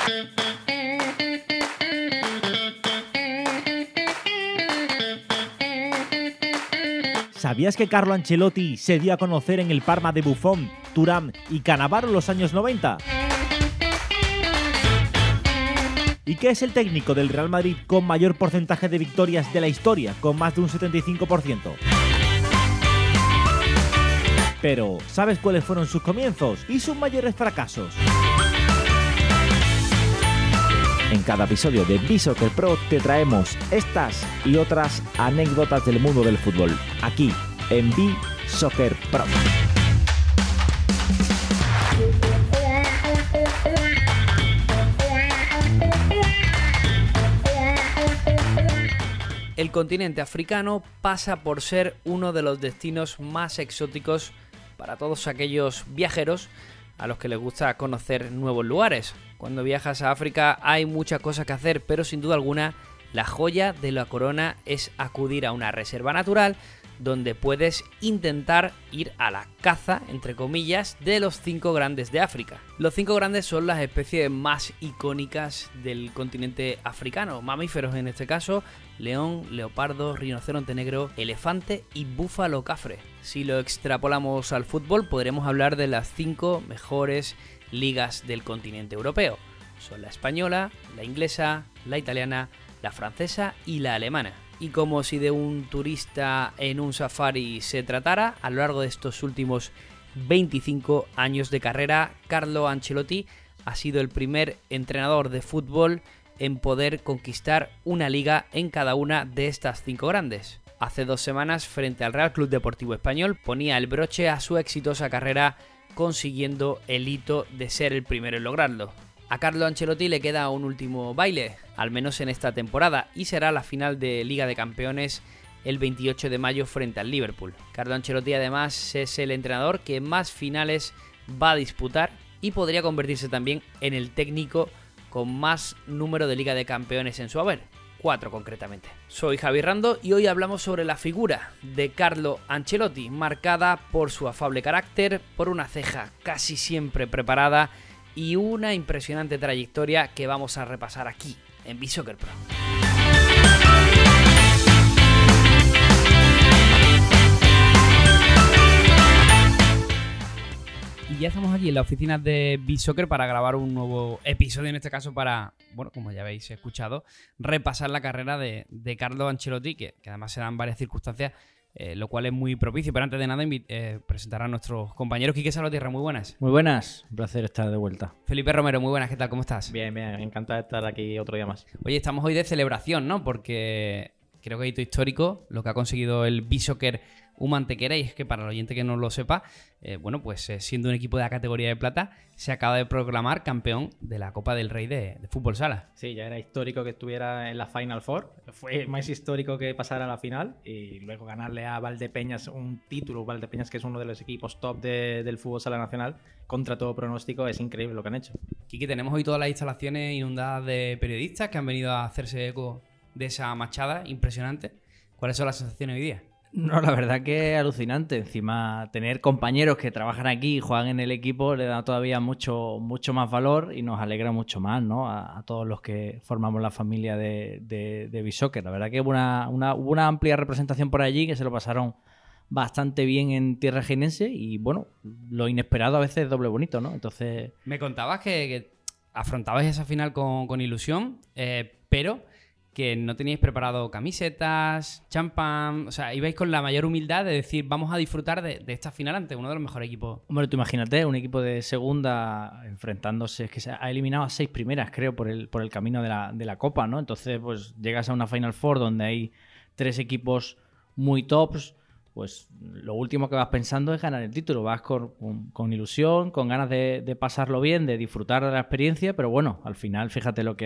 ¿Sabías que Carlo Ancelotti se dio a conocer en el Parma de Buffon, Thuram y Cannavaro en los años 90? ¿Y qué es el técnico del Real Madrid con mayor porcentaje de victorias de la historia, con más de un 75%? Pero, ¿sabes cuáles fueron sus comienzos y sus mayores fracasos? En cada episodio de B-Soccer Pro te traemos estas y otras anécdotas del mundo del fútbol, aquí en B-Soccer Pro. El continente africano pasa por ser uno de los destinos más exóticos para todos aquellos viajeros a los que les gusta conocer nuevos lugares. Cuando viajas a África hay muchas cosas que hacer, pero sin duda alguna la joya de la corona es acudir a una reserva natural donde puedes intentar ir a la caza, entre comillas, de los 5 grandes de África. Los 5 grandes son las especies más icónicas del continente africano, mamíferos en este caso: león, leopardo, rinoceronte negro, elefante y búfalo cafre. Si lo extrapolamos al fútbol, podremos hablar de las 5 mejores ligas del continente europeo. Son la española, la inglesa, la italiana, la francesa y la alemana. Y como si de un turista en un safari se tratara, a lo largo de estos últimos 25 años de carrera, Carlo Ancelotti ha sido el primer entrenador de fútbol en poder conquistar una liga en cada una de estas 5 grandes. Hace 2 semanas, frente al Real Club Deportivo Español, ponía el broche a su exitosa carrera consiguiendo el hito de ser el primero en lograrlo. A Carlo Ancelotti le queda un último baile, al menos en esta temporada, y será la final de Liga de Campeones el 28 de mayo frente al Liverpool. Carlo Ancelotti además es el entrenador que más finales va a disputar y podría convertirse también en el técnico con más número de Liga de Campeones en su haber, 4 concretamente. Soy Javi Rando y hoy hablamos sobre la figura de Carlo Ancelotti, marcada por su afable carácter, por una ceja casi siempre preparada y una impresionante trayectoria que vamos a repasar aquí en B-Soccer Pro. Y ya estamos aquí en la oficina de B-Soccer para grabar un nuevo episodio, en este caso para, bueno, como ya habéis escuchado, repasar la carrera de Carlo Ancelotti, que además se dan varias circunstancias, lo cual es muy propicio. Pero antes de nada, presentar a nuestros compañeros. Quique Salvatierra, muy buenas. Muy buenas, un placer estar de vuelta. Felipe Romero, muy buenas, ¿qué tal? ¿Cómo estás? Bien, encantado de estar aquí otro día más. Oye, estamos hoy de celebración, ¿no? Porque creo que es hito histórico lo que ha conseguido el B-Soccer Humantequera, y es que para el oyente que no lo sepa, siendo un equipo de la categoría de plata, se acaba de proclamar campeón de la Copa del Rey de Fútbol Sala. Sí, ya era histórico que estuviera en la Final Four, fue más histórico que pasara a la final y luego ganarle a Valdepeñas un título, Valdepeñas que es uno de los equipos top del Fútbol Sala Nacional, contra todo pronóstico. Es increíble lo que han hecho. Kiki, tenemos hoy todas las instalaciones inundadas de periodistas que han venido a hacerse eco de esa machada impresionante. ¿Cuáles son las sensaciones hoy día? No, la verdad que es alucinante. Encima, tener compañeros que trabajan aquí y juegan en el equipo le da todavía mucho más valor y nos alegra mucho más, ¿no? A todos los que formamos la familia de B-Soccer. La verdad que hubo una amplia representación por allí, que se lo pasaron bastante bien en tierra jienense, y bueno, lo inesperado a veces es doble bonito, ¿no? Entonces... Me contabas que afrontabais esa final con ilusión, pero que no teníais preparado camisetas, champán, o sea, ibais con la mayor humildad de decir, vamos a disfrutar de esta final ante uno de los mejores equipos. Hombre, tú imagínate, un equipo de segunda enfrentándose, es que se ha eliminado a 6 primeras, creo, por el camino de la Copa, ¿no? Entonces, pues llegas a una Final Four donde hay 3 equipos muy tops, pues lo último que vas pensando es ganar el título. Vas con ilusión, con ganas de pasarlo bien, de disfrutar de la experiencia, pero bueno, al final, fíjate lo que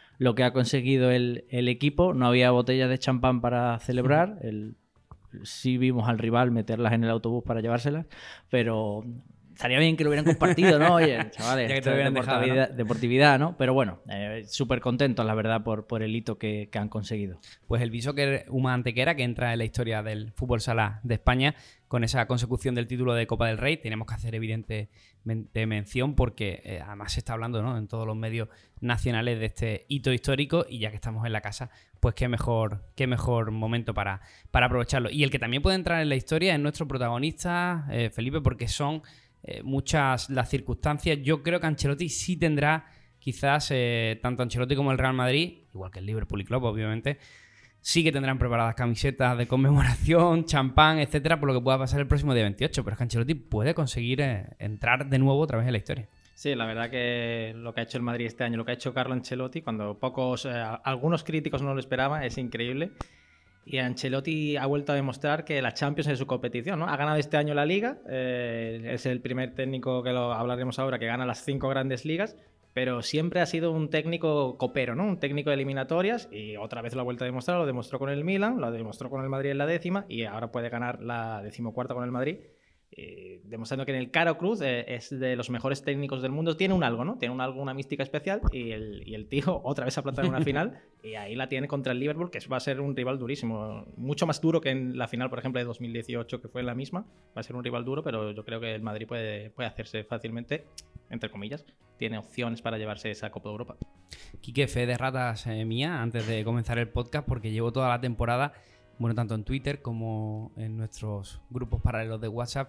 ha conseguido el equipo. No había botellas de champán para celebrar. Sí vimos al rival meterlas en el autobús para llevárselas, pero estaría bien que lo hubieran compartido, ¿no? Oye, chavales, Ya que te esto lo es hubieran dejado, ¿no? deportividad, ¿no? Pero bueno, súper contentos, la verdad, por el hito que han conseguido. Pues el B-Soccer Uma Antequera, que entra en la historia del fútbol sala de España con esa consecución del título de Copa del Rey. Tenemos que hacer evidentemente mención porque además se está hablando, ¿no?, en todos los medios nacionales de este hito histórico, y ya que estamos en la casa, pues qué mejor momento para aprovecharlo. Y el que también puede entrar en la historia es nuestro protagonista, Felipe, porque son muchas las circunstancias. Yo creo que Ancelotti sí tendrá, quizás tanto Ancelotti como el Real Madrid, igual que el Liverpool y Klopp, obviamente, sí que tendrán preparadas camisetas de conmemoración, champán, etcétera, por lo que pueda pasar el próximo día 28. Pero es que Ancelotti puede conseguir entrar de nuevo otra vez en la historia. Sí, la verdad que lo que ha hecho el Madrid este año, lo que ha hecho Carlo Ancelotti, cuando algunos críticos no lo esperaban, es increíble. Y Ancelotti ha vuelto a demostrar que la Champions es su competición, ¿no? Ha ganado este año la Liga, es el primer técnico, que lo hablaremos ahora, que gana las 5 grandes ligas, pero siempre ha sido un técnico copero, ¿no? Un técnico de eliminatorias, y otra vez lo ha vuelto a demostrar, lo demostró con el Milan, lo demostró con el Madrid en la 10ª, y ahora puede ganar la 14ª con el Madrid. Demostrando que en el Caro Cruz es de los mejores técnicos del mundo. Tiene un algo, ¿no? Tiene un algo, una mística especial, y el tío otra vez ha plantado en una final, y ahí la tiene contra el Liverpool, que va a ser un rival durísimo, mucho más duro que en la final, por ejemplo, de 2018, que fue la misma. Va a ser un rival duro, pero yo creo que el Madrid puede hacerse fácilmente, entre comillas, tiene opciones para llevarse esa Copa de Europa. Quique, fe de ratas mía antes de comenzar el podcast, porque llevo toda la temporada, bueno, tanto en Twitter como en nuestros grupos paralelos de WhatsApp,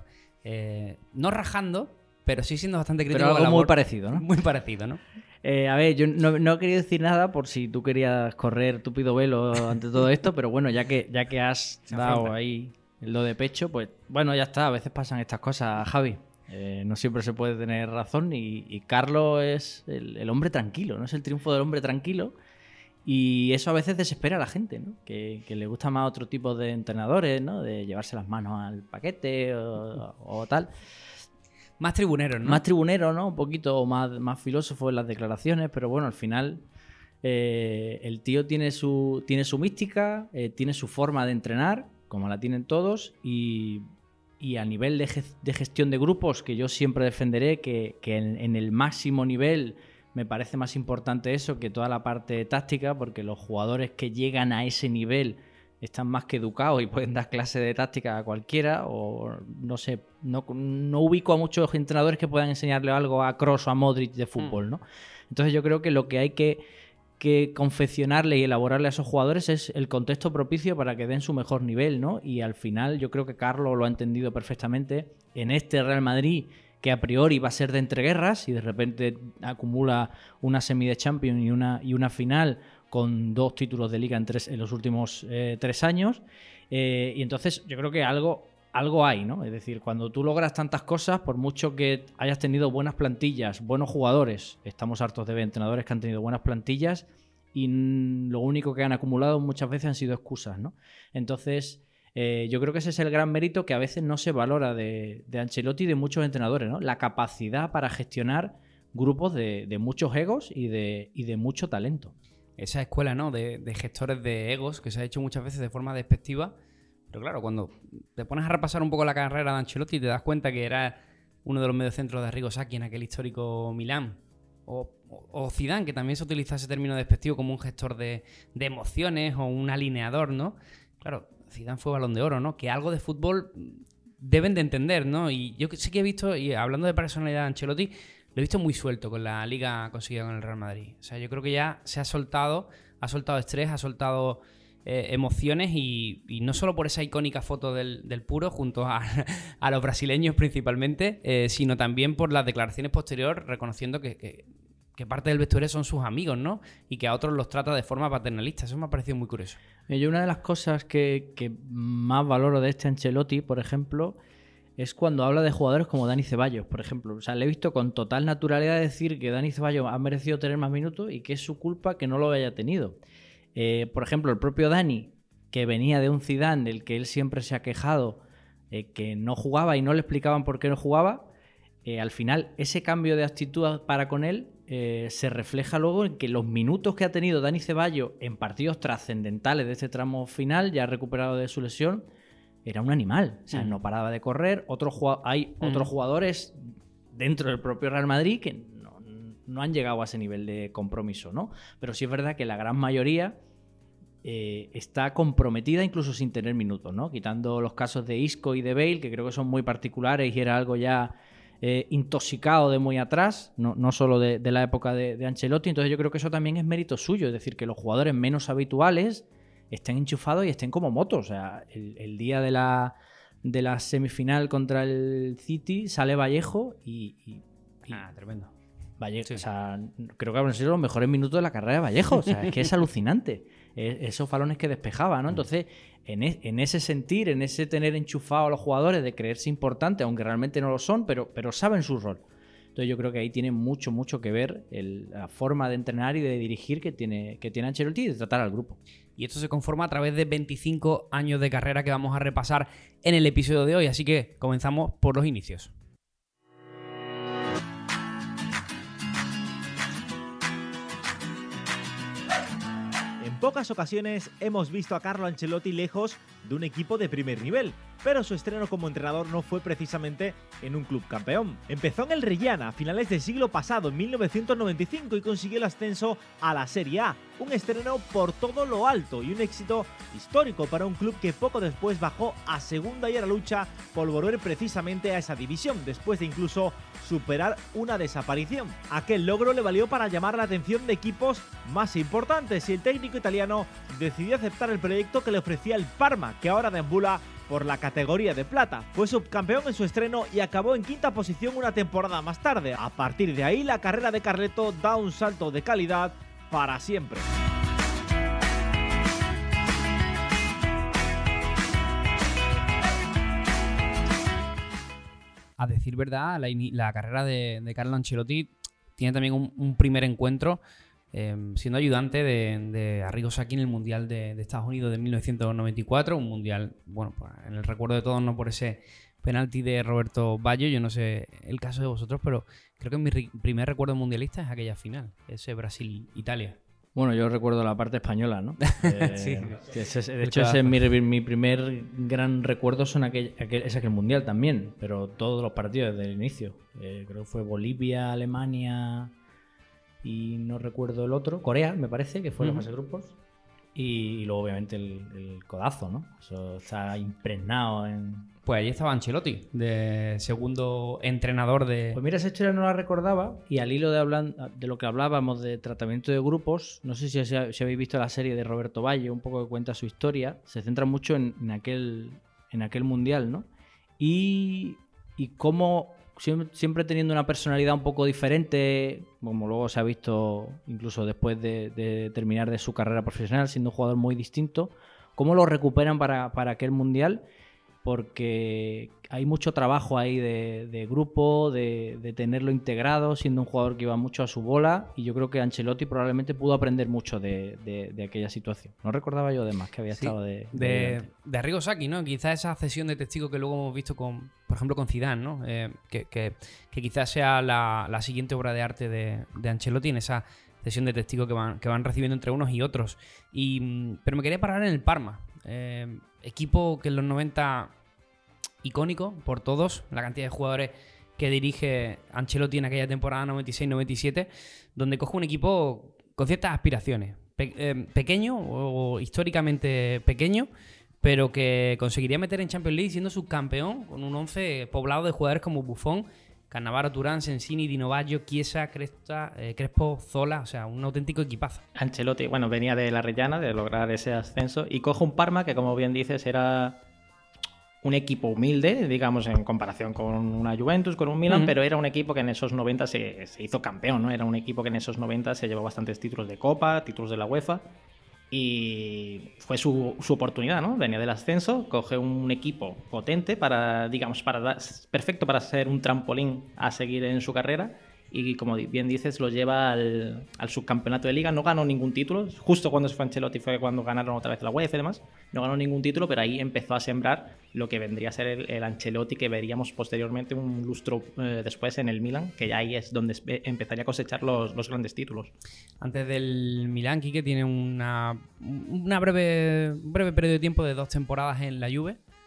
no rajando, pero sí siendo bastante crítico. Pero algo muy parecido, ¿no? Muy parecido, ¿no? A ver, yo no quería decir nada por si tú querías correr túpido velo ante todo esto, pero bueno, ya que has dado ahí el do de pecho, pues bueno, ya está, a veces pasan estas cosas, Javi. No siempre se puede tener razón, y Carlos es el hombre tranquilo, ¿no? Es el triunfo del hombre tranquilo. Y eso a veces desespera a la gente, ¿no? Que le gusta más otro tipo de entrenadores, ¿no? De llevarse las manos al paquete o tal. Más tribunero, ¿no? Más tribunero, ¿no? Un poquito más filósofo en las declaraciones, pero bueno, al final el tío tiene su mística, tiene su forma de entrenar, como la tienen todos, y a nivel de gestión de grupos, que yo siempre defenderé que en el máximo nivel me parece más importante eso que toda la parte táctica, porque los jugadores que llegan a ese nivel están más que educados y pueden dar clase de táctica a cualquiera, o no sé, no ubico a muchos entrenadores que puedan enseñarle algo a Kroos o a Modric de fútbol, ¿no? Entonces yo creo que lo que hay que confeccionarle y elaborarle a esos jugadores es el contexto propicio para que den su mejor nivel, ¿no? Y al final yo creo que Carlos lo ha entendido perfectamente. En este Real Madrid, que a priori va a ser de entreguerras, y de repente acumula una semi de Champions y una final con 2 títulos de Liga en los últimos 3 años. Y entonces yo creo que algo hay, ¿no? Es decir, cuando tú logras tantas cosas, por mucho que hayas tenido buenas plantillas, buenos jugadores, estamos hartos de ver entrenadores que han tenido buenas plantillas y lo único que han acumulado muchas veces han sido excusas, ¿no? Entonces yo creo que ese es el gran mérito que a veces no se valora de Ancelotti y de muchos entrenadores, ¿no? La capacidad para gestionar grupos de muchos egos y de mucho talento. Esa escuela, ¿no?, de gestores de egos que se ha hecho muchas veces de forma despectiva. Pero claro, cuando te pones a repasar un poco la carrera de Ancelotti, te das cuenta que era uno de los mediocentros de Arrigo Sacchi en aquel histórico Milán. O Zidane, que también se utiliza ese término despectivo como un gestor de emociones o un alineador, ¿no? Claro, Zidane fue Balón de Oro, ¿no? Que algo de fútbol deben de entender, ¿no? Y yo sí que he visto, y hablando de personalidad de Ancelotti, lo he visto muy suelto con la liga conseguida con el Real Madrid. O sea, yo creo que ya se ha soltado estrés, ha soltado emociones, y no solo por esa icónica foto del Puro junto a los brasileños principalmente, sino también por las declaraciones posteriores, reconociendo que parte del vestuario son sus amigos, ¿no? Y que a otros los trata de forma paternalista. Eso me ha parecido muy curioso. Yo una de las cosas que más valoro de este Ancelotti, por ejemplo, es cuando habla de jugadores como Dani Ceballos, por ejemplo. O sea, le he visto con total naturalidad decir que Dani Ceballos ha merecido tener más minutos y que es su culpa que no lo haya tenido. Por ejemplo, el propio Dani, que venía de un Zidane del que él siempre se ha quejado, que no jugaba y no le explicaban por qué no jugaba, al final ese cambio de actitud para con él se refleja luego en que los minutos que ha tenido Dani Ceballos en partidos trascendentales de este tramo final, ya recuperado de su lesión, era un animal. O sea, no paraba de correr. Hay otros jugadores dentro del propio Real Madrid que no han llegado a ese nivel de compromiso, ¿no? Pero sí es verdad que la gran mayoría está comprometida incluso sin tener minutos, ¿no? Quitando los casos de Isco y de Bale, que creo que son muy particulares y era algo ya intoxicado de muy atrás, no solo de la época de Ancelotti. Entonces yo creo que eso también es mérito suyo, es decir, que los jugadores menos habituales estén enchufados y estén como motos. O sea, el día de la semifinal contra el City sale Vallejo y tremendo. Vallejo, Sí. o sea, creo que han sido los mejores minutos de la carrera de Vallejo. O sea, es que es alucinante. Esos balones que despejaba, ¿no? Entonces, en ese sentir, en ese tener enchufado a los jugadores de creerse importante, aunque realmente no lo son, pero saben su rol. Entonces yo creo que ahí tiene mucho que ver la forma de entrenar y de dirigir que tiene Ancelotti y de tratar al grupo. Y esto se conforma a través de 25 años de carrera que vamos a repasar en el episodio de hoy, así que comenzamos por los inicios. En pocas ocasiones hemos visto a Carlo Ancelotti lejos de un equipo de primer nivel, pero su estreno como entrenador no fue precisamente en un club campeón. Empezó en el Reggiana a finales del siglo pasado, en 1995, y consiguió el ascenso a la Serie A. Un estreno por todo lo alto y un éxito histórico para un club que poco después bajó a segunda y a la lucha por volver precisamente a esa división, después de incluso superar una desaparición. Aquel logro le valió para llamar la atención de equipos más importantes y el técnico italiano decidió aceptar el proyecto que le ofrecía el Parma, que ahora deambula por la categoría de plata. Fue subcampeón en su estreno y acabó en quinta posición una temporada más tarde. A partir de ahí, la carrera de Carleto da un salto de calidad para siempre. A decir verdad, la carrera de Carlo Ancelotti tiene también un primer encuentro siendo ayudante de Arrigo Sacchi en el Mundial de Estados Unidos de 1994, un mundial, bueno, pues, en el recuerdo de todos, no por ese penalti de Roberto Baggio. Yo no sé el caso de vosotros, pero creo que mi primer recuerdo mundialista es aquella final, ese Brasil-Italia. Bueno, yo recuerdo la parte española, ¿no? Sí. De hecho, ese es mi primer gran recuerdo, es aquel mundial también, pero todos los partidos desde el inicio. Creo que fue Bolivia, Alemania y no recuerdo el otro. Corea, me parece, que fue la fase de grupos. Y luego, obviamente, el codazo, ¿no? Eso está impregnado en... Pues allí estaba Ancelotti, de segundo entrenador de... Pues mira, esa historia no la recordaba, y al hilo de lo que hablábamos de tratamiento de grupos, no sé si habéis visto la serie de Roberto Baggio, un poco que cuenta su historia, se centra mucho en aquel mundial, ¿no? Y cómo siempre teniendo una personalidad un poco diferente, como luego se ha visto incluso después de terminar de su carrera profesional, siendo un jugador muy distinto, cómo lo recuperan para aquel mundial, porque hay mucho trabajo ahí de grupo, de tenerlo integrado, siendo un jugador que iba mucho a su bola, y yo creo que Ancelotti probablemente pudo aprender mucho de aquella situación. No recordaba yo además que había estado de Arrigo Sacchi, ¿no? Quizás esa cesión de testigo que luego hemos visto por ejemplo, con Zidane, ¿no? Que quizás sea la siguiente obra de arte de Ancelotti en esa cesión de testigo que van recibiendo entre unos y otros. Pero me quería parar en el Parma. Equipo que en los 90 icónico por todos, la cantidad de jugadores que dirige Ancelotti en aquella temporada 96-97, donde coge un equipo con ciertas aspiraciones, pequeño o históricamente pequeño, pero que conseguiría meter en Champions League siendo subcampeón con un 11 poblado de jugadores como Buffon, Cannavaro, Turán, Sensini, Dino Baggio, Chiesa, Crespo, Zola, o sea, un auténtico equipazo. Ancelotti, bueno, venía de la Reggiana, de lograr ese ascenso, y coge un Parma que, como bien dices, era un equipo humilde, digamos, en comparación con una Juventus, con un Milan, pero era un equipo que en esos 90 se hizo campeón, ¿no? Era un equipo que en esos 90 se llevó bastantes títulos de Copa, títulos de la UEFA, y fue su oportunidad, ¿no? Venía del ascenso, coge un equipo potente perfecto para ser un trampolín a seguir en su carrera, y como bien dices, lo lleva al subcampeonato de Liga. No ganó ningún título, justo cuando se fue Ancelotti fue cuando ganaron otra vez la UEFA y demás. No ganó ningún título, pero ahí empezó a sembrar lo que vendría a ser el Ancelotti que veríamos posteriormente un lustro después en el Milan, que ya ahí es donde empezaría a cosechar los grandes títulos. Antes del Milan, Quique tiene un breve periodo de tiempo de 2 temporadas en la Juve,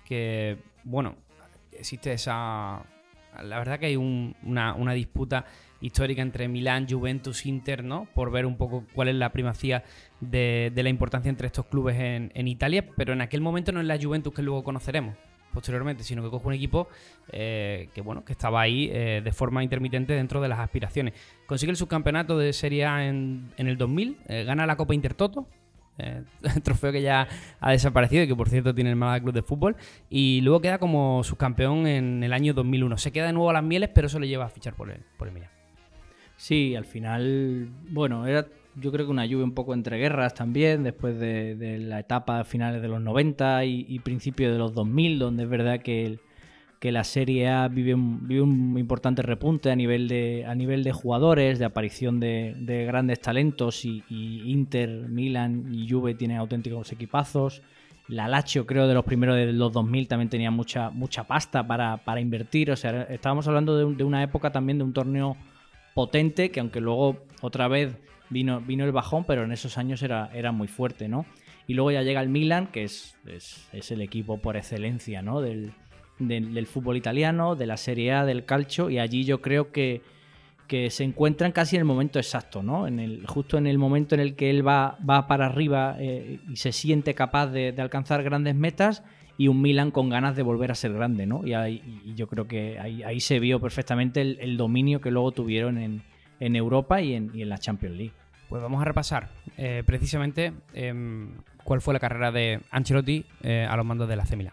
que, bueno, existe esa... La verdad que hay una disputa histórica entre Milán, Juventus, Inter, ¿no? Por ver un poco cuál es la primacía de la importancia entre estos clubes en Italia, pero en aquel momento no es la Juventus que luego conoceremos posteriormente, sino que coge un equipo que estaba ahí de forma intermitente dentro de las aspiraciones. Consigue el subcampeonato de Serie A en el 2000, gana la Copa Intertoto, trofeo que ya ha desaparecido y que por cierto tiene el Málaga Club de Fútbol, y luego queda como subcampeón en el año 2001. Se queda de nuevo a las mieles, pero eso le lleva a fichar por el Milan. Sí, al final, bueno, era yo creo que una Juve un poco entre guerras también, después de la etapa finales de los 90 y principios de los 2000, donde es verdad que la Serie A vive un importante repunte a nivel de jugadores, de aparición de grandes talentos, y Inter, Milan y Juve tienen auténticos equipazos. La Lazio, creo, de los primeros de los 2000 también tenía mucha pasta para invertir. O sea, estábamos hablando de una época también de un torneo potente, que aunque luego otra vez vino el bajón, pero en esos años era muy fuerte, ¿no? Y luego ya llega el Milan, que es el equipo por excelencia, ¿no? Del fútbol italiano, de la Serie A, del calcio, y allí yo creo que se encuentran casi en el momento exacto, ¿no? Justo en el momento en el que él va para arriba y se siente capaz de alcanzar grandes metas, y un Milan con ganas de volver a ser grande, ¿no? Y yo creo que ahí se vio perfectamente el dominio que luego tuvieron en Europa y en la Champions League. Pues vamos a repasar precisamente cuál fue la carrera de Ancelotti a los mandos del AC Milan.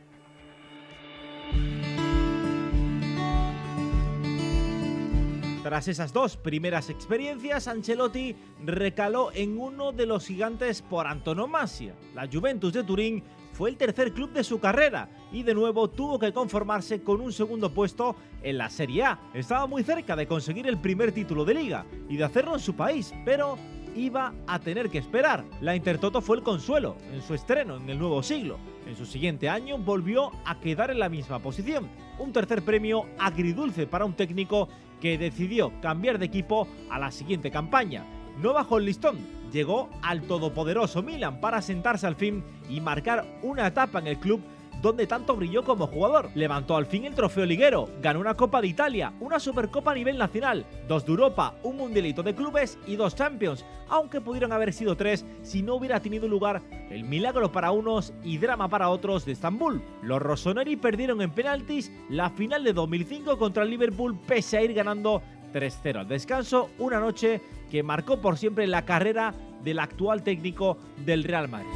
Tras esas dos primeras experiencias, Ancelotti recaló en uno de los gigantes por antonomasia. La Juventus de Turín fue el tercer club de su carrera y de nuevo tuvo que conformarse con un segundo puesto en la Serie A. Estaba muy cerca de conseguir el primer título de liga y de hacerlo en su país, pero iba a tener que esperar. La Intertoto fue el consuelo en su estreno en el nuevo siglo. En su siguiente año volvió a quedar en la misma posición. Un tercer premio agridulce para un técnico que decidió cambiar de equipo a la siguiente campaña. No bajó el listón, llegó al todopoderoso Milan para sentarse al fin y marcar una etapa en el club donde tanto brilló como jugador. Levantó al fin el trofeo liguero, ganó una Copa de Italia, una Supercopa a nivel nacional, 2 de Europa, un Mundialito de clubes y 2 Champions, aunque pudieron haber sido 3 si no hubiera tenido lugar el milagro para unos y drama para otros de Estambul. Los rossoneri perdieron en penaltis la final de 2005 contra el Liverpool pese a ir ganando 3-0 al descanso, una noche que marcó por siempre la carrera del actual técnico del Real Madrid.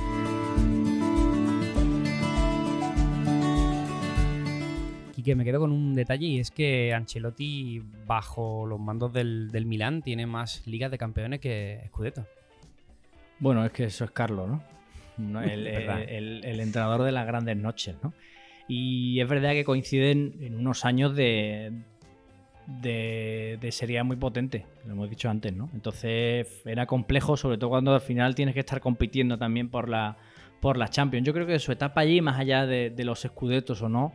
Quique, me quedo con un detalle, y es que Ancelotti, bajo los mandos del Milán, tiene más ligas de campeones que Scudetto. Bueno, es que eso es Carlo, ¿no? El entrenador de las grandes noches, ¿no? Y es verdad que coinciden en unos años de Serie A muy potente, lo hemos dicho antes, ¿no? Entonces era complejo, sobre todo cuando al final tienes que estar compitiendo también por la Champions. Yo creo que su etapa allí, más allá de los Scudettos o no,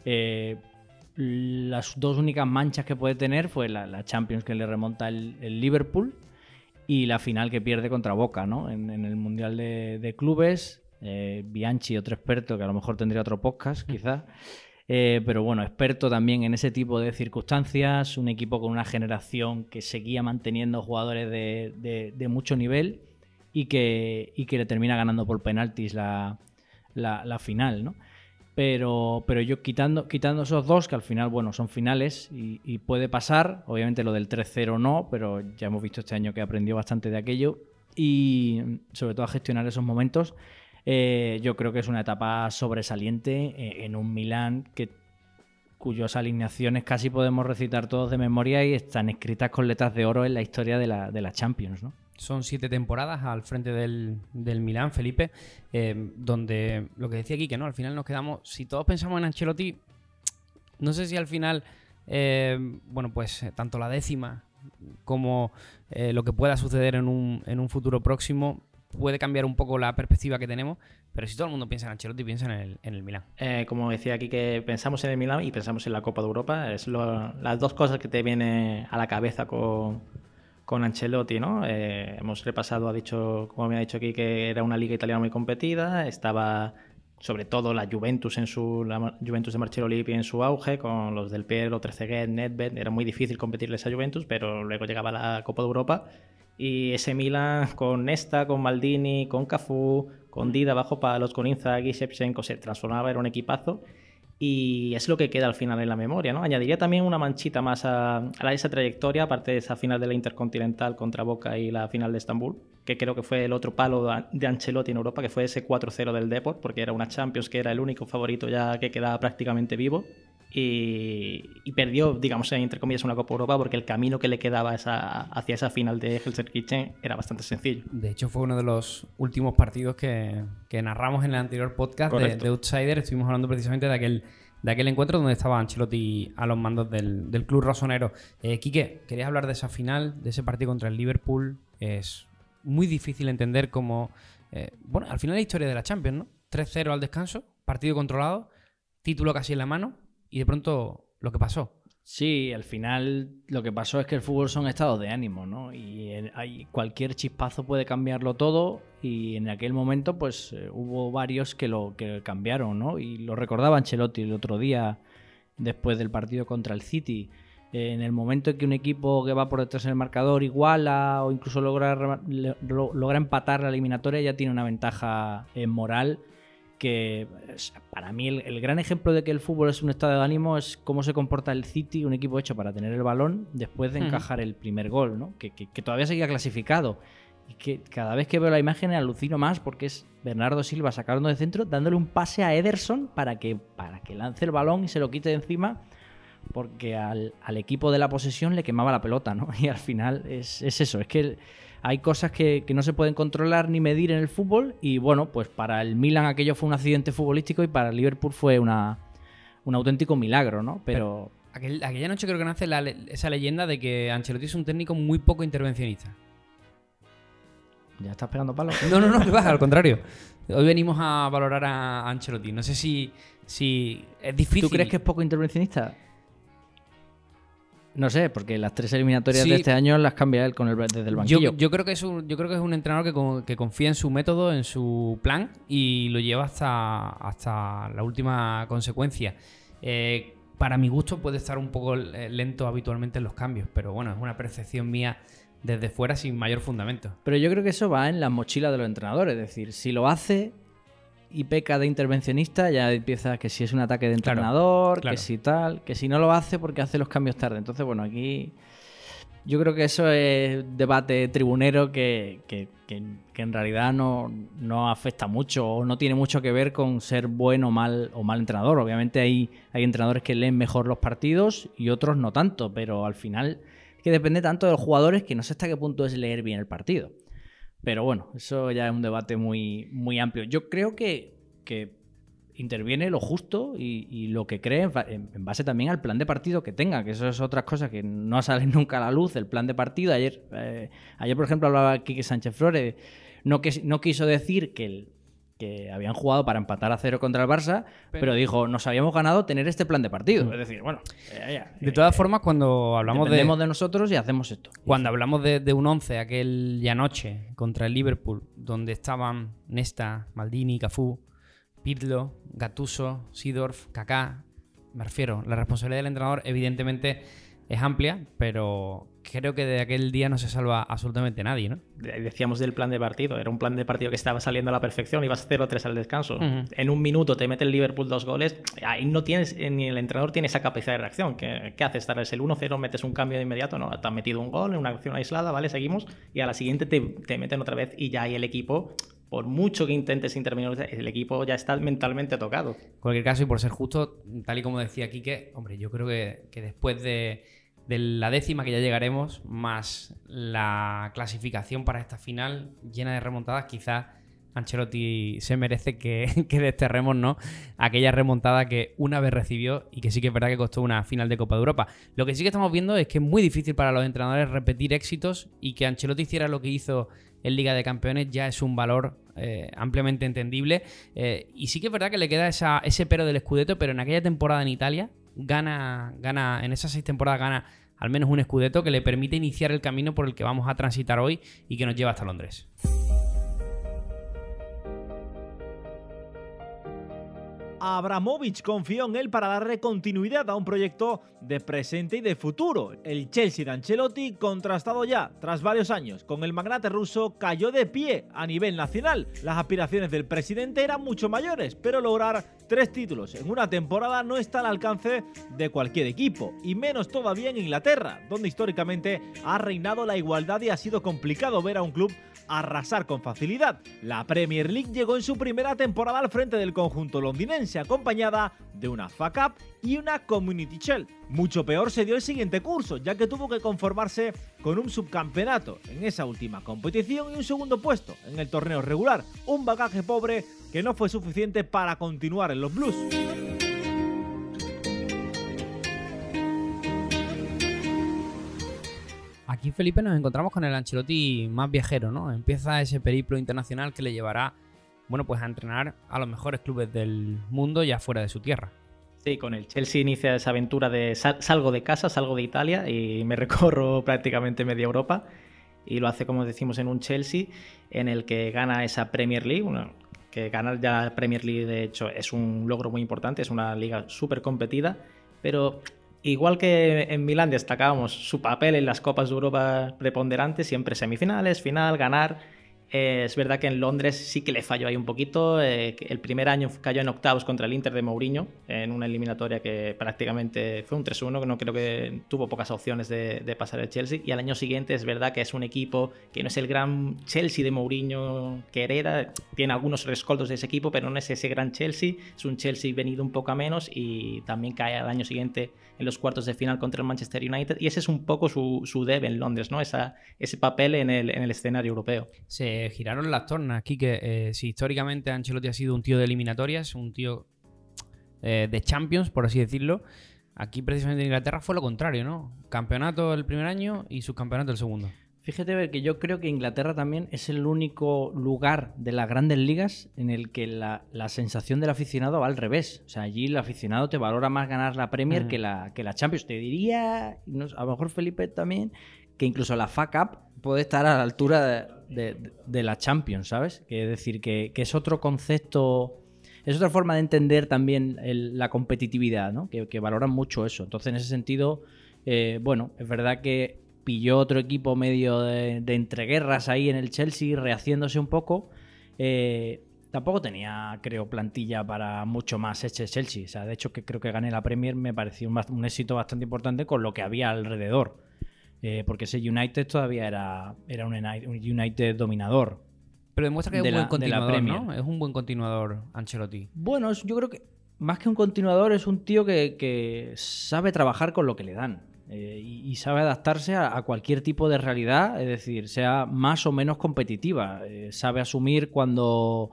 las dos únicas manchas que puede tener fue la Champions que le remonta el Liverpool y la final que pierde contra Boca, ¿no? En el Mundial de Clubes. Bianchi, otro experto que a lo mejor tendría otro podcast quizás, pero bueno, experto también en ese tipo de circunstancias, un equipo con una generación que seguía manteniendo jugadores de mucho nivel y que le termina ganando por penaltis la final, ¿no? Pero yo quitando esos dos, que al final, bueno, son finales y puede pasar, obviamente lo del 3-0 no, pero ya hemos visto este año que aprendió bastante de aquello y sobre todo a gestionar esos momentos. Yo creo que es una etapa sobresaliente en un Milán cuyas alineaciones casi podemos recitar todos de memoria y están escritas con letras de oro en la historia de la Champions, ¿no? Son 7 temporadas al frente del Milán, Felipe, donde lo que decía aquí, que no, al final nos quedamos, si todos pensamos en Ancelotti, no sé si al final, bueno, pues tanto la décima como lo que pueda suceder en un futuro próximo puede cambiar un poco la perspectiva que tenemos, pero si todo el mundo piensa en Ancelotti, piensa en el Milán. Como decía aquí, que pensamos en el Milán y pensamos en la Copa de Europa, es las dos cosas que te vienen a la cabeza con Ancelotti, ¿no? Hemos repasado, como me ha dicho aquí, que era una liga italiana muy competida, estaba sobre todo la Juventus la Juventus de Marcelo Lippi en su auge, con los del Piero, Trezeguet, Nedved. Era muy difícil competirles a Juventus, pero luego llegaba la Copa de Europa y ese Milan con Nesta, con Maldini, con Cafú, con Dida bajo palos, con Inzaghi, Shevchenko, se transformaba, era un equipazo. Y es lo que queda al final en la memoria, ¿no? Añadiría también una manchita más a esa trayectoria, aparte de esa final de la Intercontinental contra Boca y la final de Estambul, que creo que fue el otro palo de Ancelotti en Europa, que fue ese 4-0 del Depor, porque era una Champions que era el único favorito ya que quedaba prácticamente vivo. Y perdió, digamos, entre comillas, una Copa Europa porque el camino que le quedaba hacia esa final de Gelsenkirchen era bastante sencillo. De hecho, fue uno de los últimos partidos que narramos en el anterior podcast de Outsider. Estuvimos hablando precisamente de aquel encuentro donde estaba Ancelotti a los mandos del club rosonero. Quique, ¿querías hablar de esa final, de ese partido contra el Liverpool? Es muy difícil entender cómo... bueno, al final la historia de la Champions, ¿no? 3-0 al descanso, partido controlado, título casi en la mano, y de pronto lo que pasó. Sí, al final lo que pasó es que el fútbol son estados de ánimo, ¿no? Y cualquier chispazo puede cambiarlo todo, y en aquel momento pues hubo varios que lo cambiaron, ¿no? Y lo recordaba Ancelotti el otro día después del partido contra el City. En el momento en que un equipo que va por detrás en el marcador iguala o incluso logra empatar la eliminatoria, ya tiene una ventaja moral que para mí el gran ejemplo de que el fútbol es un estado de ánimo es cómo se comporta el City, un equipo hecho para tener el balón después de encajar el primer gol, ¿no? Que todavía seguía clasificado, y que cada vez que veo la imagen alucino más porque es Bernardo Silva sacando de centro, dándole un pase a Ederson para que lance el balón y se lo quite de encima, porque al equipo de la posesión le quemaba la pelota, ¿no? Y al final es eso, es que hay cosas que no se pueden controlar ni medir en el fútbol, y bueno, pues para el Milan aquello fue un accidente futbolístico y para el Liverpool fue un auténtico milagro, ¿no? Pero aquella noche creo que nace esa leyenda de que Ancelotti es un técnico muy poco intervencionista. ¿Ya estás pegando palos? No, que va, al contrario. Hoy venimos a valorar a Ancelotti. No sé si es difícil. ¿Tú crees que es poco intervencionista? No sé, porque las 3 eliminatorias de este año las cambia él desde el banquillo. Yo creo que es un entrenador que confía en su método, en su plan, y lo lleva hasta la última consecuencia. Para mi gusto puede estar un poco lento habitualmente en los cambios, pero bueno, es una percepción mía desde fuera sin mayor fundamento. Pero yo creo que eso va en la mochila de los entrenadores. Es decir, si lo hace y peca de intervencionista, ya empieza que si es un ataque de entrenador, claro. Que si tal, que si no lo hace porque hace los cambios tarde. Entonces, bueno, aquí yo creo que eso es debate tribunero que en realidad no afecta mucho o no tiene mucho que ver con ser bueno o mal entrenador. Obviamente hay entrenadores que leen mejor los partidos y otros no tanto, pero al final es que depende tanto de los jugadores que no sé hasta qué punto es leer bien el partido. Pero bueno, eso ya es un debate muy, muy amplio. Yo creo que interviene lo justo y lo que cree en base también al plan de partido que tenga, que eso es otra cosa que no sale nunca a la luz, el plan de partido. Ayer por ejemplo, hablaba Quique Sánchez Flores, no quiso decir que habían jugado para empatar a 0 contra el Barça, pero dijo, nos habíamos ganado tener este plan de partido. Es decir, bueno... de todas formas, cuando hablamos dependemos de nosotros y hacemos esto. Cuando hablamos de un 11, aquella noche contra el Liverpool, donde estaban Nesta, Maldini, Cafú, Pirlo, Gattuso, Seedorf, Kaká, me refiero, la responsabilidad del entrenador evidentemente es amplia, pero creo que de aquel día no se salva absolutamente nadie, ¿no? Decíamos del plan de partido, era un plan de partido que estaba saliendo a la perfección, ibas 0-3 al descanso. En un minuto te mete el Liverpool 2 goles, ahí no tienes, ni el entrenador tiene esa capacidad de reacción. ¿Qué haces? ¿Darles el 1-0, metes un cambio de inmediato? No, te han metido un gol en una acción aislada, ¿vale? Seguimos, y a la siguiente te meten otra vez y ya hay el equipo... Por mucho que intentes intervenir, el equipo ya está mentalmente tocado. En cualquier caso, y por ser justo, tal y como decía Quique, hombre, yo creo que después de la 10ª que ya llegaremos, más la clasificación para esta final llena de remontadas, quizás Ancelotti se merece que desterremos, ¿no?, aquella remontada que una vez recibió y que sí que es verdad que costó una final de Copa de Europa. Lo que sí que estamos viendo es que es muy difícil para los entrenadores repetir éxitos, y que Ancelotti hiciera lo que hizo en Liga de Campeones ya es un valor ampliamente entendible. Y sí que es verdad que le queda ese pero del Scudetto, pero en aquella temporada en Italia gana en esas 6 temporadas gana al menos un Scudetto que le permite iniciar el camino por el que vamos a transitar hoy y que nos lleva hasta Londres. Abramovich confió en él para darle continuidad a un proyecto de presente y de futuro. El Chelsea de Ancelotti, contrastado ya tras varios años con el magnate ruso, cayó de pie a nivel nacional. Las aspiraciones del presidente eran mucho mayores, pero lograr 3 títulos en una temporada no está al alcance de cualquier equipo, y menos todavía en Inglaterra, donde históricamente ha reinado la igualdad y ha sido complicado ver a un club arrasar con facilidad. La Premier League llegó en su primera temporada al frente del conjunto londinense, acompañada de una FA Cup y una Community Shield. Mucho peor se dio el siguiente curso, ya que tuvo que conformarse con un subcampeonato en esa última competición y un segundo puesto en el torneo regular, un bagaje pobre que no fue suficiente para continuar en los Blues. Aquí, Felipe, nos encontramos con el Ancelotti más viajero, ¿no? Empieza ese periplo internacional que le llevará, bueno, pues a entrenar a los mejores clubes del mundo ya fuera de su tierra. Sí, con el Chelsea inicia esa aventura de salgo de casa, salgo de Italia y me recorro prácticamente media Europa, y lo hace, como decimos, en un Chelsea en el que gana esa Premier League. Bueno, que ganar ya la Premier League, de hecho, es un logro muy importante, es una liga súper competida, pero igual que en Milán destacábamos su papel en las Copas de Europa preponderante, siempre semifinales, final, ganar. Es verdad que en Londres sí que le falló ahí un poquito. El primer año cayó en octavos contra el Inter de Mourinho, en una eliminatoria que prácticamente fue un 3-1, que no creo que tuvo pocas opciones de pasar el Chelsea. Y al año siguiente es verdad que es un equipo que no es el gran Chelsea de Mourinho que hereda. Tiene algunos rescoldos de ese equipo, pero no es ese gran Chelsea. Es un Chelsea venido un poco a menos, y también cae al año siguiente en los cuartos de final contra el Manchester United. Y ese es un poco su debe en Londres, ¿no? Ese papel en el escenario europeo. Se giraron las tornas aquí, que si históricamente Ancelotti ha sido un tío de eliminatorias, un tío de Champions, por así decirlo, aquí precisamente en Inglaterra fue lo contrario, ¿no? Campeonato el primer año y subcampeonato el segundo. Fíjate que yo creo que Inglaterra también es el único lugar de las grandes ligas en el que la sensación del aficionado va al revés. O sea, allí el aficionado te valora más ganar la Premier que la Champions. Te diría, a lo mejor Felipe también, que incluso la FA Cup puede estar a la altura de la Champions, ¿sabes? Que es decir, que es otro concepto, es otra forma de entender también la competitividad, ¿no? Que valoran mucho eso. Entonces, en ese sentido, bueno, es verdad que pilló otro equipo medio de entreguerras ahí en el Chelsea, rehaciéndose un poco. Tampoco tenía, creo, plantilla para mucho más ese Chelsea. O sea, de hecho, que creo que gané la Premier me pareció un éxito bastante importante con lo que había alrededor. Porque ese United todavía era un United dominador. Pero demuestra que es un buen continuador, ¿no? Es un buen continuador Ancelotti. Bueno, yo creo que más que un continuador es un tío que sabe trabajar con lo que le dan. Y sabe adaptarse a cualquier tipo de realidad, es decir, sea más o menos competitiva. Sabe asumir cuando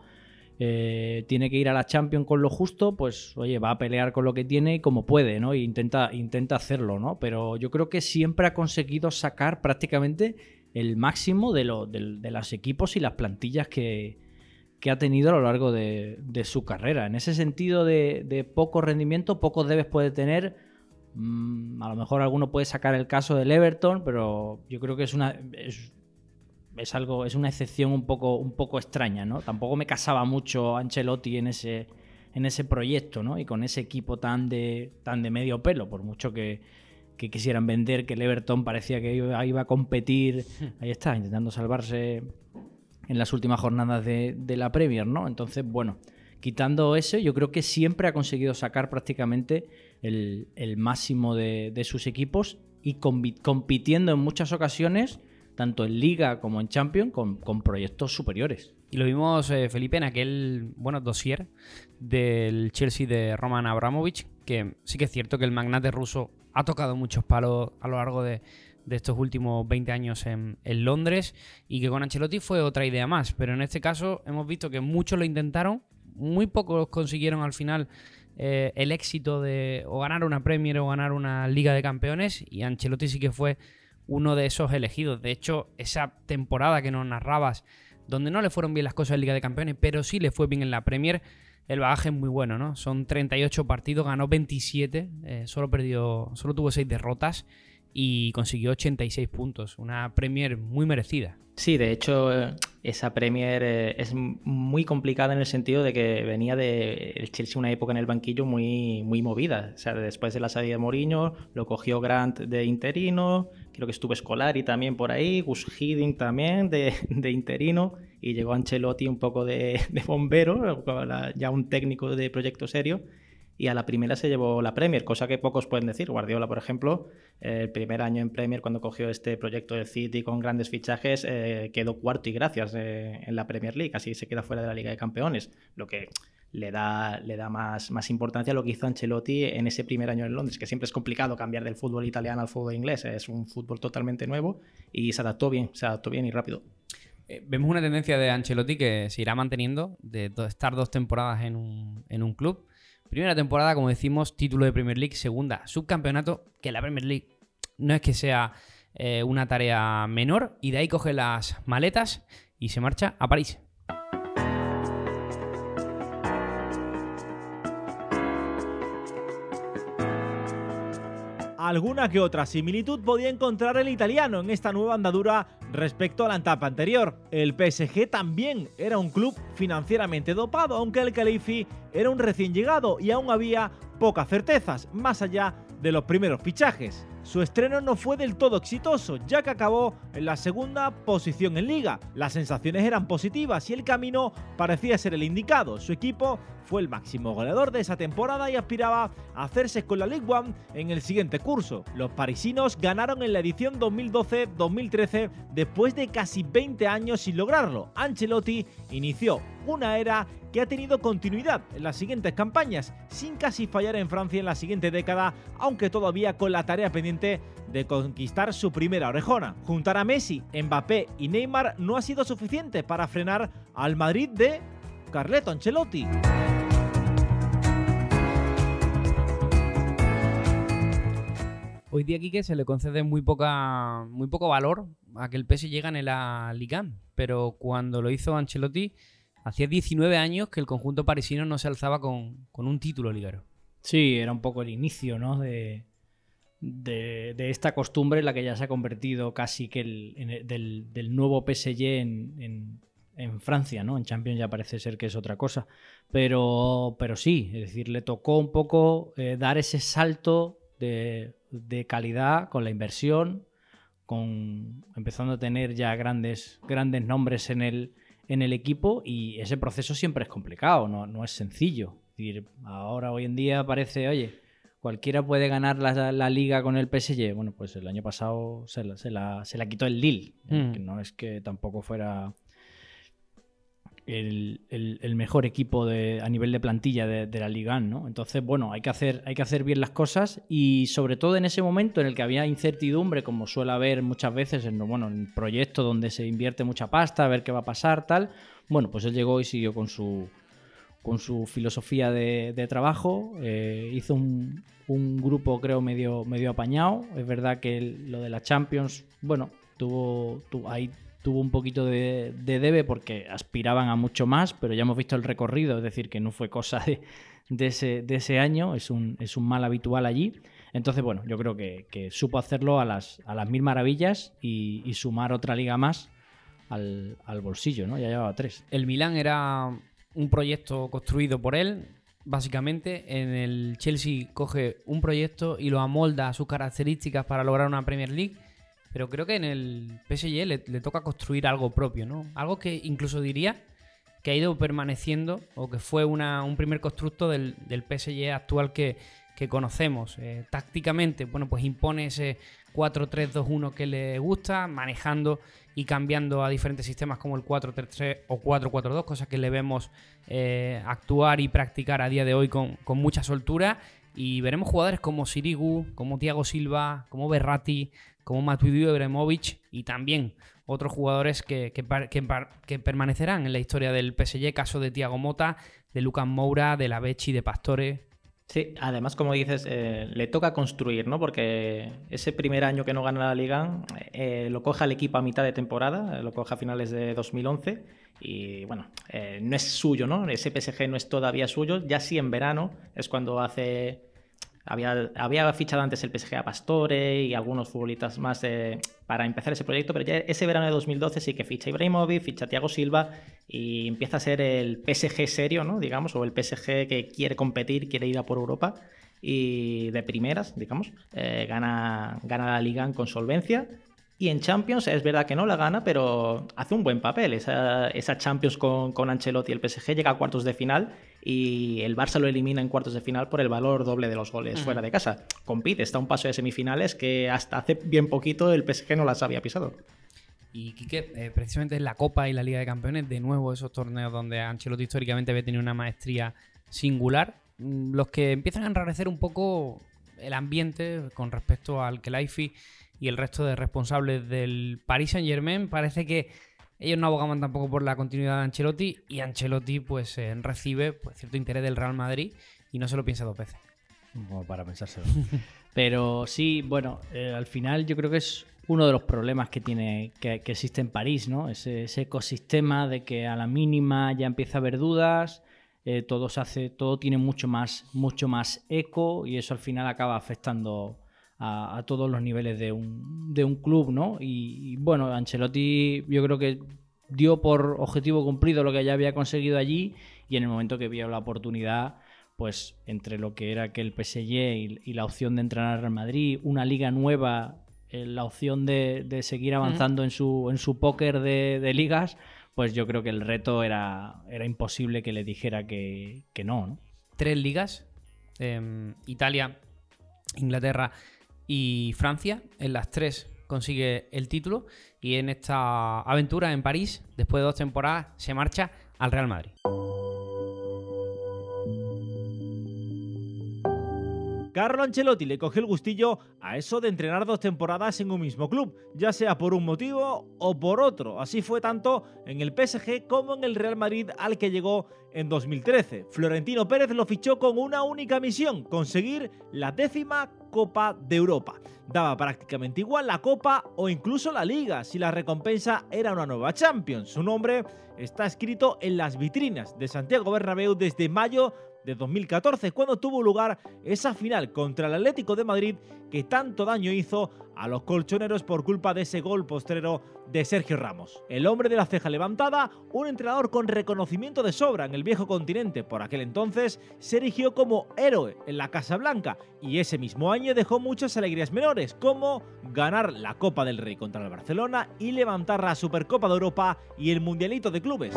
tiene que ir a la Champions con lo justo, pues oye, va a pelear con lo que tiene y como puede, ¿no? E intenta hacerlo, ¿no? Pero yo creo que siempre ha conseguido sacar prácticamente el máximo de los equipos y las plantillas que ha tenido a lo largo de su carrera. En ese sentido de poco rendimiento, pocos debes puede tener. A lo mejor alguno puede sacar el caso del Everton, pero yo creo que es una excepción un poco extraña, ¿no? Tampoco me casaba mucho Ancelotti en ese proyecto, ¿no? Y con ese equipo tan de medio pelo, por mucho que quisieran vender que el Everton parecía que iba a competir. Ahí está, intentando salvarse en las últimas jornadas de la Premier, ¿no? Entonces, bueno, quitando eso, yo creo que siempre ha conseguido sacar prácticamente el máximo de sus equipos y compitiendo en muchas ocasiones, tanto en Liga como en Champions, con proyectos superiores. Y lo vimos, Felipe, en aquel dossier del Chelsea de Roman Abramovich, que sí que es cierto que el magnate ruso ha tocado muchos palos a lo largo de estos últimos 20 años en Londres, y que con Ancelotti fue otra idea más. Pero en este caso hemos visto que muchos lo intentaron, muy pocos consiguieron al final el éxito de o ganar una Premier o ganar una Liga de Campeones, y Ancelotti sí que fue uno de esos elegidos. De hecho, esa temporada que nos narrabas, donde no le fueron bien las cosas en Liga de Campeones, pero sí le fue bien en la Premier, el bagaje es muy bueno, ¿no? Son 38 partidos, ganó 27, solo tuvo 6 derrotas y consiguió 86 puntos. Una Premier muy merecida. Sí, de hecho, esa Premier es muy complicada en el sentido de que venía el Chelsea una época en el banquillo muy, muy movida. O sea, después de la salida de Mourinho, lo cogió Grant de interino, creo que estuvo Scolari también por ahí, Gus Hiddink también de interino, y llegó Ancelotti un poco de bombero, ya un técnico de proyecto serio, y a la primera se llevó la Premier, cosa que pocos pueden decir. Guardiola, por ejemplo, el primer año en Premier, cuando cogió este proyecto del City con grandes fichajes, quedó cuarto y gracias en la Premier League, así se queda fuera de la Liga de Campeones, lo que le da más importancia a lo que hizo Ancelotti en ese primer año en Londres, que siempre es complicado cambiar del fútbol italiano al fútbol inglés, es un fútbol totalmente nuevo y se adaptó bien y rápido. Vemos una tendencia de Ancelotti que se irá manteniendo de estar 2 temporadas en un club. Primera temporada, como decimos, título de Premier League. Segunda, subcampeonato, que la Premier League no es que sea una tarea menor. Y de ahí coge las maletas y se marcha a París. Alguna que otra similitud podía encontrar el italiano en esta nueva andadura respecto a la etapa anterior. El PSG también era un club financieramente dopado, aunque el Khalifi era un recién llegado y aún había pocas certezas, más allá de los primeros fichajes. Su estreno no fue del todo exitoso, ya que acabó en la segunda posición en Liga. Las sensaciones eran positivas y el camino parecía ser el indicado. Su equipo fue el máximo goleador de esa temporada y aspiraba a hacerse con la Ligue 1 en el siguiente curso. Los parisinos ganaron en la edición 2012-2013 después de casi 20 años sin lograrlo. Ancelotti inició una era que ha tenido continuidad en las siguientes campañas, sin casi fallar en Francia en la siguiente década, aunque todavía con la tarea pendiente de conquistar su primera orejona. Juntar a Messi, Mbappé y Neymar no ha sido suficiente para frenar al Madrid de Carleto Ancelotti. Hoy día, Quique, se le concede muy poco valor a que el PSG gane la Ligue 1, pero cuando lo hizo Ancelotti, hacía 19 años que el conjunto parisino no se alzaba con un título liguero. Sí, era un poco el inicio, ¿no? de esta costumbre en la que ya se ha convertido casi que del nuevo PSG en Francia, ¿no? En Champions ya parece ser que es otra cosa. Pero sí, es decir, le tocó un poco dar ese salto de calidad con la inversión, empezando a tener ya grandes nombres en el equipo, y ese proceso siempre es complicado, no es sencillo. Es decir, ahora hoy en día parece, oye, cualquiera puede ganar la liga con el PSG. Bueno, pues el año pasado se la quitó el Lille, que no es que tampoco fuera el mejor equipo a nivel de plantilla de la Liga, ¿no? Entonces, bueno, hay que hacer bien las cosas, y sobre todo en ese momento en el que había incertidumbre, como suele haber muchas veces en proyectos donde se invierte mucha pasta, a ver qué va a pasar, tal. Bueno, pues él llegó y siguió con su filosofía de trabajo, hizo un grupo, creo, medio apañado. Es verdad que lo de la Champions, bueno, tuvo un poquito de debe porque aspiraban a mucho más, pero ya hemos visto el recorrido, es decir, que no fue cosa de ese año, es un mal habitual allí. Entonces, bueno, yo creo que supo hacerlo a las mil maravillas y sumar otra liga más al bolsillo, ¿no? Ya llevaba 3. El Milán era un proyecto construido por él, básicamente. En el Chelsea coge un proyecto y lo amolda a sus características para lograr una Premier League. Pero creo que en el PSG le toca construir algo propio, ¿no? Algo que incluso diría que ha ido permaneciendo, o que fue un primer constructo del PSG actual que conocemos. Tácticamente, bueno, pues impone ese 4-3-2-1 que le gusta, manejando y cambiando a diferentes sistemas como el 4-3-3 o 4-4-2, cosas que le vemos actuar y practicar a día de hoy con mucha soltura. Y veremos jugadores como Sirigu, como Thiago Silva, como Verratti, como Matuidi Ibrahimovic, y también otros jugadores que permanecerán en la historia del PSG, caso de Thiago Motta, de Lucas Moura, de Lavezzi, de Pastore. Sí, además, como dices, le toca construir, ¿no? Porque ese primer año que no gana la Liga lo coge al equipo a mitad de temporada, lo coge a finales de 2011 y, bueno, no es suyo, ¿no? Ese PSG no es todavía suyo, ya sí en verano es cuando hace Había fichado antes el PSG a Pastore y algunos futbolistas más para empezar ese proyecto, pero ya ese verano de 2012 sí que ficha Ibrahimovic, ficha Thiago Silva y empieza a ser el PSG serio, ¿no? Digamos, o el PSG que quiere competir, quiere ir a por Europa y de primeras, digamos, gana la Liga con solvencia. Y en Champions es verdad que no la gana, pero hace un buen papel. Esa Champions con Ancelotti, el PSG llega a cuartos de final y el Barça lo elimina en cuartos de final por el valor doble de los goles fuera de casa. Compite, está a un paso de semifinales que hasta hace bien poquito el PSG no las había pisado. Y Quique, precisamente en la Copa y la Liga de Campeones, de nuevo esos torneos donde Ancelotti históricamente había tenido una maestría singular, los que empiezan a enrarecer un poco el ambiente con respecto al Khelaifi y el resto de responsables del Paris Saint-Germain. Parece que ellos no abogaban tampoco por la continuidad de Ancelotti y Ancelotti pues recibe pues, cierto interés del Real Madrid y no se lo piensa dos veces. Como para pensárselo. Pero sí, bueno, al final yo creo que es uno de los problemas que existe en París, ¿no? Ese ecosistema de que a la mínima ya empieza a haber dudas, todo tiene mucho más eco y eso al final acaba afectando a todos los niveles de un club, ¿no? Y bueno, Ancelotti yo creo que dio por objetivo cumplido lo que ya había conseguido allí y en el momento que vio la oportunidad, pues entre lo que era que el PSG y la opción de entrenar al Real Madrid, una liga nueva, la opción de seguir avanzando en su póker de ligas, pues yo creo que el reto era imposible que le dijera que no, ¿no? 3 ligas, Italia, Inglaterra y Francia. En las 3 consigue el título y en esta aventura en París, después de 2 temporadas, se marcha al Real Madrid. Carlo Ancelotti le cogió el gustillo a eso de entrenar 2 temporadas en un mismo club, ya sea por un motivo o por otro. Así fue tanto en el PSG como en el Real Madrid, al que llegó en 2013. Florentino Pérez lo fichó con una única misión: conseguir la 10ª Copa de Europa. Daba prácticamente igual la Copa o incluso la Liga si la recompensa era una nueva Champions. Su nombre está escrito en las vitrinas de Santiago Bernabéu desde mayo de 2014, cuando tuvo lugar esa final contra el Atlético de Madrid que tanto daño hizo a los colchoneros por culpa de ese gol postrero de Sergio Ramos. El hombre de la ceja levantada, un entrenador con reconocimiento de sobra en el viejo continente por aquel entonces, se erigió como héroe en la Casa Blanca y ese mismo año dejó muchas alegrías menores, como ganar la Copa del Rey contra el Barcelona y levantar la Supercopa de Europa y el Mundialito de Clubes.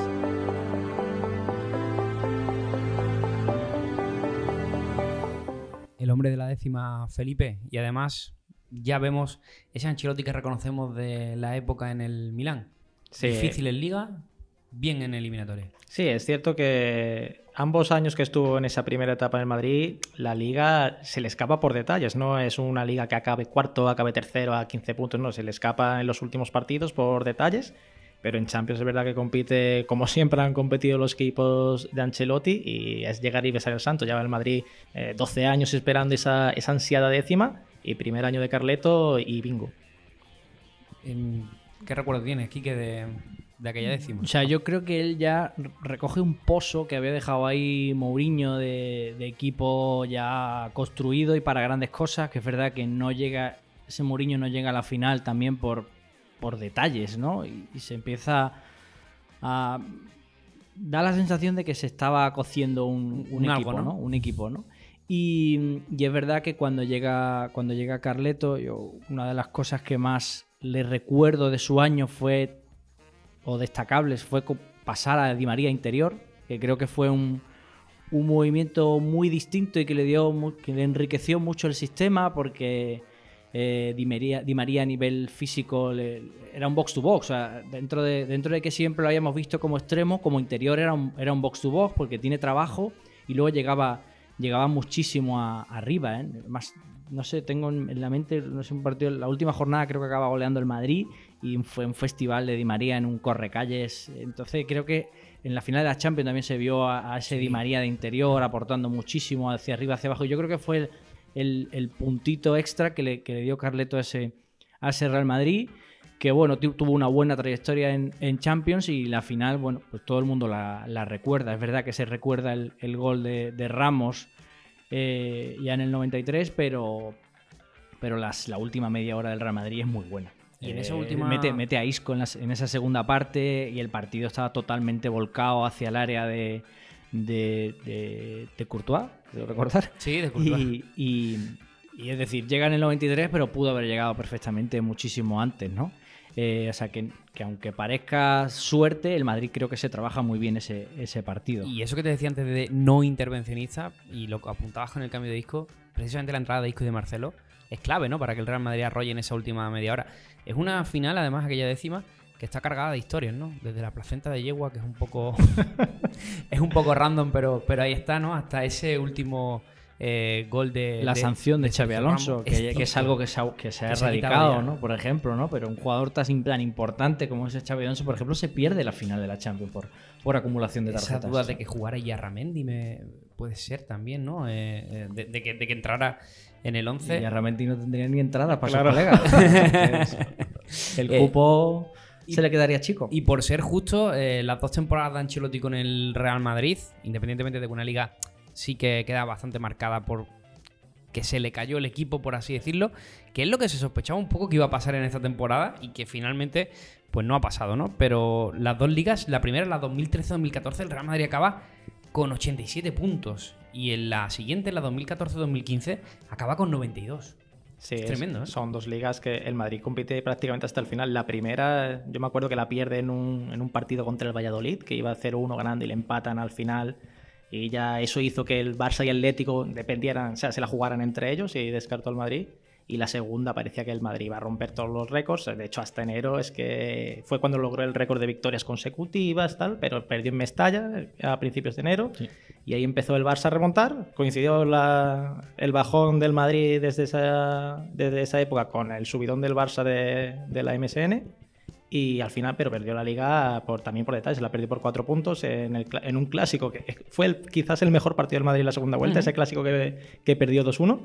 El hombre de la 10ª, Felipe, y además ya vemos ese Ancelotti que reconocemos de la época en el Milán. Sí. Difícil en Liga, bien en eliminatoria. Sí, es cierto que ambos años que estuvo en esa primera etapa en el Madrid, la Liga se le escapa por detalles. No es una Liga que acabe cuarto, acabe tercero a 15 puntos, no, se le escapa en los últimos partidos por detalles. Pero en Champions es verdad que compite como siempre han competido los equipos de Ancelotti y es llegar y besar el santo. Lleva el Madrid 12 años esperando esa ansiada 10ª y primer año de Carleto y bingo. ¿Qué recuerdo tienes, Quique, de aquella 10ª? O sea, yo creo que él ya recoge un pozo que había dejado ahí Mourinho de equipo ya construido y para grandes cosas, que es verdad que no llega, ese Mourinho no llega a la final también por detalles, ¿no? Y se empieza a... Da la sensación de que se estaba cociendo un equipo, algo, ¿no? Un equipo, ¿no? Y es verdad que cuando llega Carleto, una de las cosas que más le recuerdo de su año fue, o destacables, fue pasar a Di María interior, que creo que fue un movimiento muy distinto y que le enriqueció mucho el sistema, porque Di María a nivel físico era un box to box, o sea, dentro de que siempre lo habíamos visto como extremo, como interior era un box to box porque tiene trabajo y luego llegaba muchísimo arriba, ¿eh? Más, no sé, tengo en la mente, no sé, un partido, la última jornada creo que acaba goleando el Madrid y fue un festival de Di María en un correcalles. Entonces creo que en la final de la Champions también se vio a ese Di María de interior aportando muchísimo hacia arriba, hacia abajo. Yo creo que fue el puntito extra que le dio Carleto a ese Real Madrid, que bueno, tuvo una buena trayectoria en Champions y la final, bueno, pues todo el mundo la recuerda. Es verdad que se recuerda el gol de Ramos ya en el 93, pero la última media hora del Real Madrid es muy buena. Y en esa última... Mete a Isco en esa segunda parte y el partido estaba totalmente volcado hacia el área de Courtois, creo recordar. Sí, de Courtois. Y es decir, llega en el 93, pero pudo haber llegado perfectamente muchísimo antes, ¿no? O sea, que aunque parezca suerte, el Madrid creo que se trabaja muy bien ese partido. Y eso que te decía antes de no intervencionista, y lo que apuntabas con el cambio de Isco, precisamente la entrada de Isco y de Marcelo, es clave, ¿no? Para que el Real Madrid arrolle en esa última media hora. Es una final, además, aquella décima, que está cargada de historias, ¿no? Desde la placenta de yegua, que es un poco es un poco random, pero ahí está, ¿no? Hasta ese último gol de... La sanción de Xabi Alonso, que es algo que se ha erradicado, ¿no? Por ejemplo, ¿no? Pero un jugador tan importante como ese Xabi Alonso, por ejemplo, se pierde la final de la Champions por acumulación de tarjetas. Esa duda de que jugara Yarramendi puede ser también, ¿no? De que entrara en el 11. Yarramendi no tendría ni entrada para claro. sus colegas. El cupo se le quedaría chico. Y por ser justo, las 2 temporadas de Ancelotti con el Real Madrid, independientemente de que una liga sí que queda bastante marcada por que se le cayó el equipo, por así decirlo, que es lo que se sospechaba un poco que iba a pasar en esta temporada y que finalmente pues no ha pasado, ¿no? Pero las 2 ligas, la primera, la 2013-2014, el Real Madrid acaba con 87 puntos y en la siguiente, la 2014-2015, acaba con 92. Sí, es tremendo, ¿eh? Son 2 ligas que el Madrid compite prácticamente hasta el final. La primera, yo me acuerdo que la pierde en un partido contra el Valladolid, que iba 0-1 ganando y le empatan al final. Y ya eso hizo que el Barça y el Atlético dependieran, o sea, se la jugaran entre ellos y descartó al Madrid. Y la segunda parecía que el Madrid iba a romper todos los récords. De hecho, hasta enero es que fue cuando logró el récord de victorias consecutivas, tal, pero perdió en Mestalla a principios de enero. Sí. Y ahí empezó el Barça a remontar. Coincidió el bajón del Madrid desde esa época con el subidón del Barça de la MSN. Y al final, pero perdió la Liga también por detalles. La perdió por 4 puntos en un clásico que fue quizás el mejor partido del Madrid en la segunda vuelta. Ese clásico que perdió 2-1.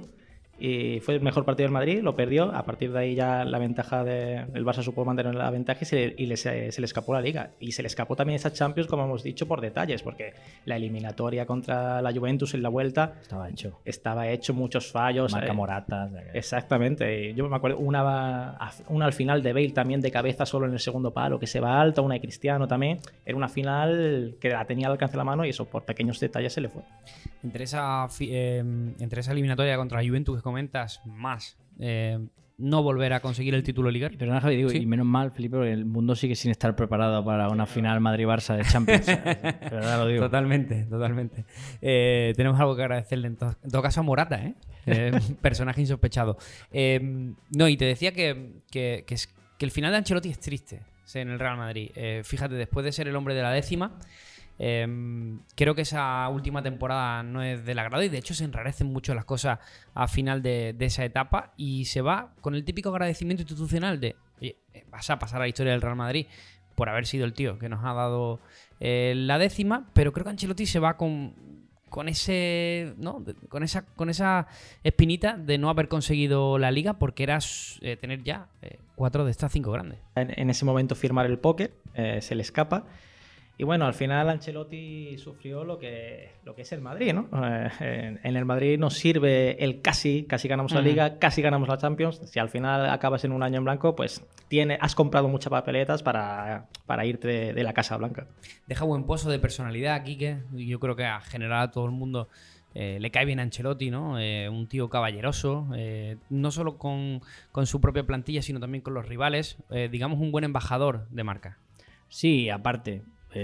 Y fue el mejor partido del Madrid, lo perdió. A partir de ahí ya la ventaja el Barça supo mantener la ventaja y se le escapó la Liga. Y se le escapó también esa Champions, como hemos dicho, por detalles, porque la eliminatoria contra la Juventus en la vuelta estaba hecho muchos fallos. Marca Morata. Exactamente. Yo me acuerdo una al final de Bale también de cabeza solo en el segundo palo, que se va alta, una de Cristiano también. Era una final que la tenía al alcance de la mano y eso por pequeños detalles se le fue. Entre esa eliminatoria contra la Juventus que comentas, más no volver a conseguir el título Liga. Pero Javi, digo, ¿sí? Y menos mal, Felipe, porque el mundo sigue sin estar preparado para una final Madrid-Barça de Champions. De verdad lo digo. Totalmente. Tenemos algo que agradecerle en todo caso a Morata, personaje insospechado. No, y te decía que el final de Ancelotti es triste en el Real Madrid. Fíjate, después de ser el hombre de la décima, creo que esa última temporada no es del agrado y de hecho se enrarecen mucho las cosas a final de esa etapa y se va con el típico agradecimiento institucional de oye, vas a pasar a la historia del Real Madrid por haber sido el tío que nos ha dado la décima, pero creo que Ancelotti se va con ese, ¿no? con esa espinita de no haber conseguido la Liga porque era tener ya 4 de estas 5 grandes. En ese momento firmar el póker se le escapa. Y bueno, al final Ancelotti sufrió lo que es el Madrid, ¿no? En el Madrid nos sirve el casi ganamos la Liga, casi ganamos la Champions. Si al final acabas en un año en blanco, pues has comprado muchas papeletas para irte de la Casa Blanca. Deja buen pozo de personalidad, Quique. Yo creo que a general a todo el mundo le cae bien a Ancelotti, ¿no? Un tío caballeroso, no solo con su propia plantilla, sino también con los rivales. Digamos un buen embajador de marca. Sí, aparte...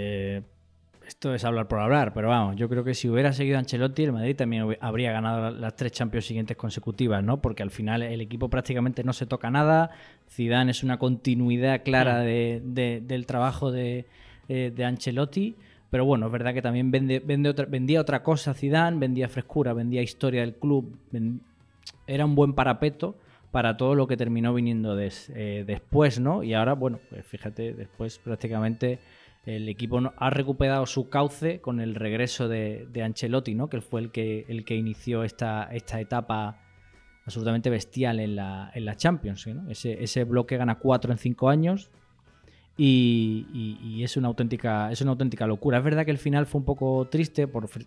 esto es hablar por hablar, pero vamos, yo creo que si hubiera seguido Ancelotti, el Madrid también habría ganado las 3 Champions siguientes consecutivas, ¿no? Porque al final el equipo prácticamente no se toca nada. Zidane es una continuidad clara del trabajo de Ancelotti, pero bueno, es verdad que también vendía otra cosa Zidane, vendía frescura, vendía historia del club, era un buen parapeto para todo lo que terminó viniendo después, ¿no? Y ahora, bueno, pues fíjate, después prácticamente el equipo ha recuperado su cauce con el regreso de Ancelotti, ¿no? Que fue el que inició esta etapa absolutamente bestial en la Champions, ¿no? Ese bloque gana 4 en 5 años y es una auténtica locura. Es verdad que el final fue un poco triste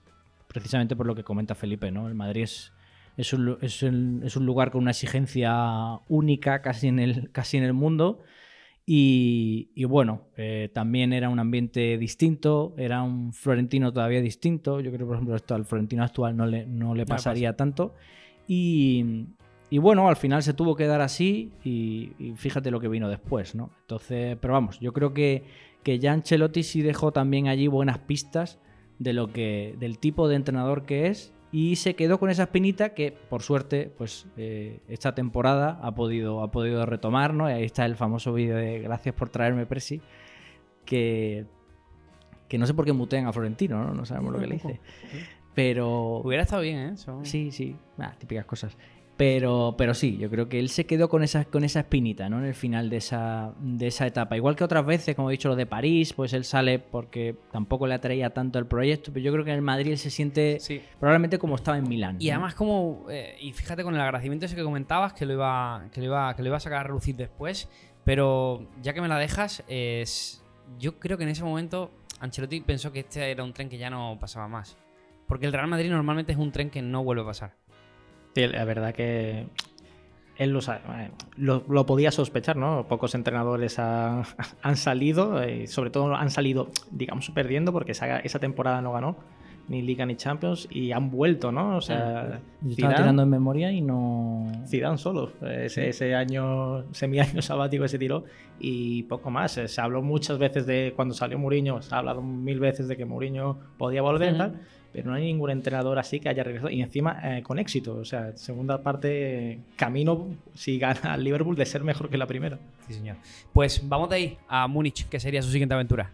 precisamente por lo que comenta Felipe, ¿no? El Madrid es un lugar con una exigencia única casi en el mundo. Y bueno, también era un ambiente distinto, era un Florentino todavía distinto. Yo creo que, por ejemplo, esto al Florentino actual no le pasaría tanto. Y bueno, al final se tuvo que dar así y fíjate lo que vino después, ¿no? Entonces, pero vamos, yo creo que ya Ancelotti sí dejó también allí buenas pistas del tipo de entrenador que es, y se quedó con esa espinita que, por suerte, pues esta temporada ha podido retomar, ¿no? Y ahí está el famoso vídeo de "Gracias por traerme, Presi", que no sé por qué mutean a Florentino, ¿no? No sabemos lo que le dice. Pero Hubiera estado bien, ¿eh? sí, típicas cosas. Pero sí, yo creo que él se quedó con esa espinita, ¿no? En el final de esa etapa. Igual que otras veces, como he dicho, lo de París, pues él sale porque tampoco le atraía tanto el proyecto, pero yo creo que en el Madrid él se siente probablemente como estaba en Milán, ¿no? Y además y fíjate con el agradecimiento ese que comentabas, que lo iba a sacar a relucir después, pero ya que me la dejas, yo creo que en ese momento Ancelotti pensó que este era un tren que ya no pasaba más. Porque el Real Madrid normalmente es un tren que no vuelve a pasar. Sí, la verdad que él lo sabe, lo podía sospechar, ¿no? Pocos entrenadores han salido, y sobre todo han salido, digamos, perdiendo, porque esa temporada no ganó ni Liga ni Champions, y han vuelto, ¿no? O sea, yo estaba tirando en memoria y no... Zidane solo, ese año, semi-año sabático que se tiró, y poco más. Se habló muchas veces de cuando salió Mourinho, se ha hablado 1000 veces de que Mourinho podía volver, tal, pero no hay ningún entrenador así que haya regresado, y encima con éxito. O sea, segunda parte, camino, si gana el Liverpool, de ser mejor que la primera. Sí, señor. Pues vamos de ahí a Múnich, que sería su siguiente aventura.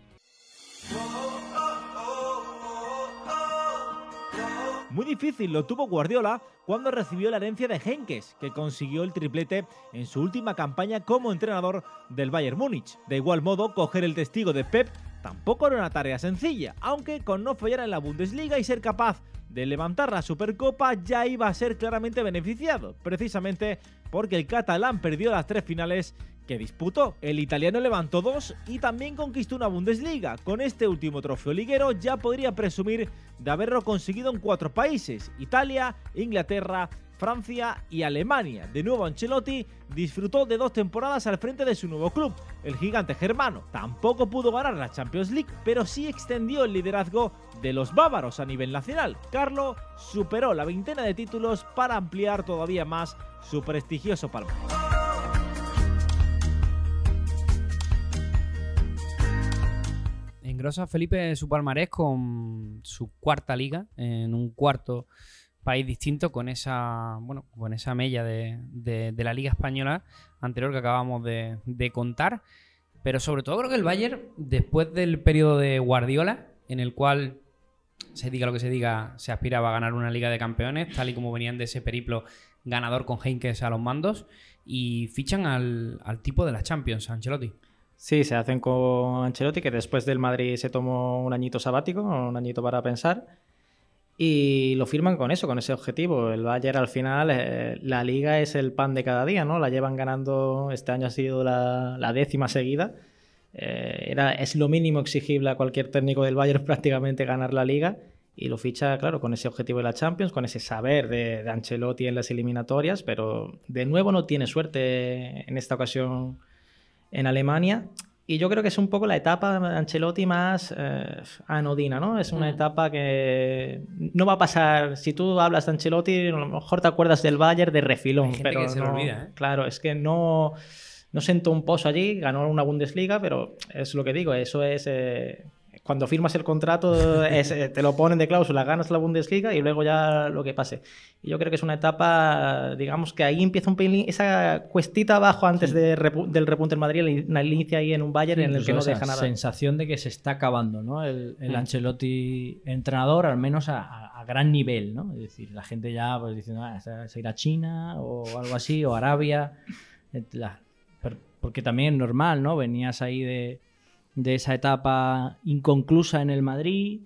Muy difícil lo tuvo Guardiola cuando recibió la herencia de Heynckes, que consiguió el triplete en su última campaña como entrenador del Bayern Múnich. De igual modo, coger el testigo de Pep tampoco era una tarea sencilla, aunque con no fallar en la Bundesliga y ser capaz de levantar la Supercopa ya iba a ser claramente beneficiado, precisamente porque el catalán perdió las 3 finales que disputó. El italiano levantó 2 y también conquistó una Bundesliga. Con este último trofeo liguero ya podría presumir de haberlo conseguido en 4 países: Italia, Inglaterra, Francia y Alemania. De nuevo Ancelotti disfrutó de 2 temporadas al frente de su nuevo club, el gigante germano. Tampoco pudo ganar la Champions League, pero sí extendió el liderazgo de los bávaros a nivel nacional. Carlo superó la 20 de títulos para ampliar todavía más su prestigioso palmarés. Engrosa Felipe su palmarés con su 4ª liga en un 4º país distinto, con esa mella de la Liga Española anterior que acabamos de contar. Pero sobre todo creo que el Bayern, después del periodo de Guardiola, en el cual, se diga lo que se diga, se aspiraba a ganar una Liga de Campeones, tal y como venían de ese periplo ganador con Heynckes a los mandos, y fichan al tipo de las Champions, Ancelotti. Sí, se hacen con Ancelotti, que después del Madrid se tomó un añito sabático, un añito para pensar, y lo firman con eso, con ese objetivo. El Bayern, al final, la Liga es el pan de cada día, ¿no? La llevan ganando, este año ha sido la 10ª seguida. Es lo mínimo exigible a cualquier técnico del Bayern prácticamente ganar la Liga, y lo ficha, claro, con ese objetivo de la Champions, con ese saber de Ancelotti en las eliminatorias, pero de nuevo no tiene suerte en esta ocasión en Alemania. Y yo creo que es un poco la etapa de Ancelotti más anodina, ¿no? Es una etapa que no va a pasar. Si tú hablas de Ancelotti, a lo mejor te acuerdas del Bayern de refilón. Hay gente pero que se no, lo olvida, ¿eh? Claro, es que no sentó un pozo allí, ganó una Bundesliga, pero es lo que digo, eso es... cuando firmas el contrato te lo ponen de cláusula, ganas la Bundesliga y luego ya lo que pase. Y yo creo que es una etapa, digamos que ahí empieza un pelín, esa cuestita abajo antes del repunte en Madrid, una inicia ahí en un Bayern en el que no deja nada. Sensación de que se está acabando, ¿no? El Ancelotti entrenador, al menos a gran nivel, ¿no? Es decir, la gente ya pues diciendo, se irá a China o algo así, o Arabia. Porque también es normal, ¿no? Venías ahí de esa etapa inconclusa en el Madrid,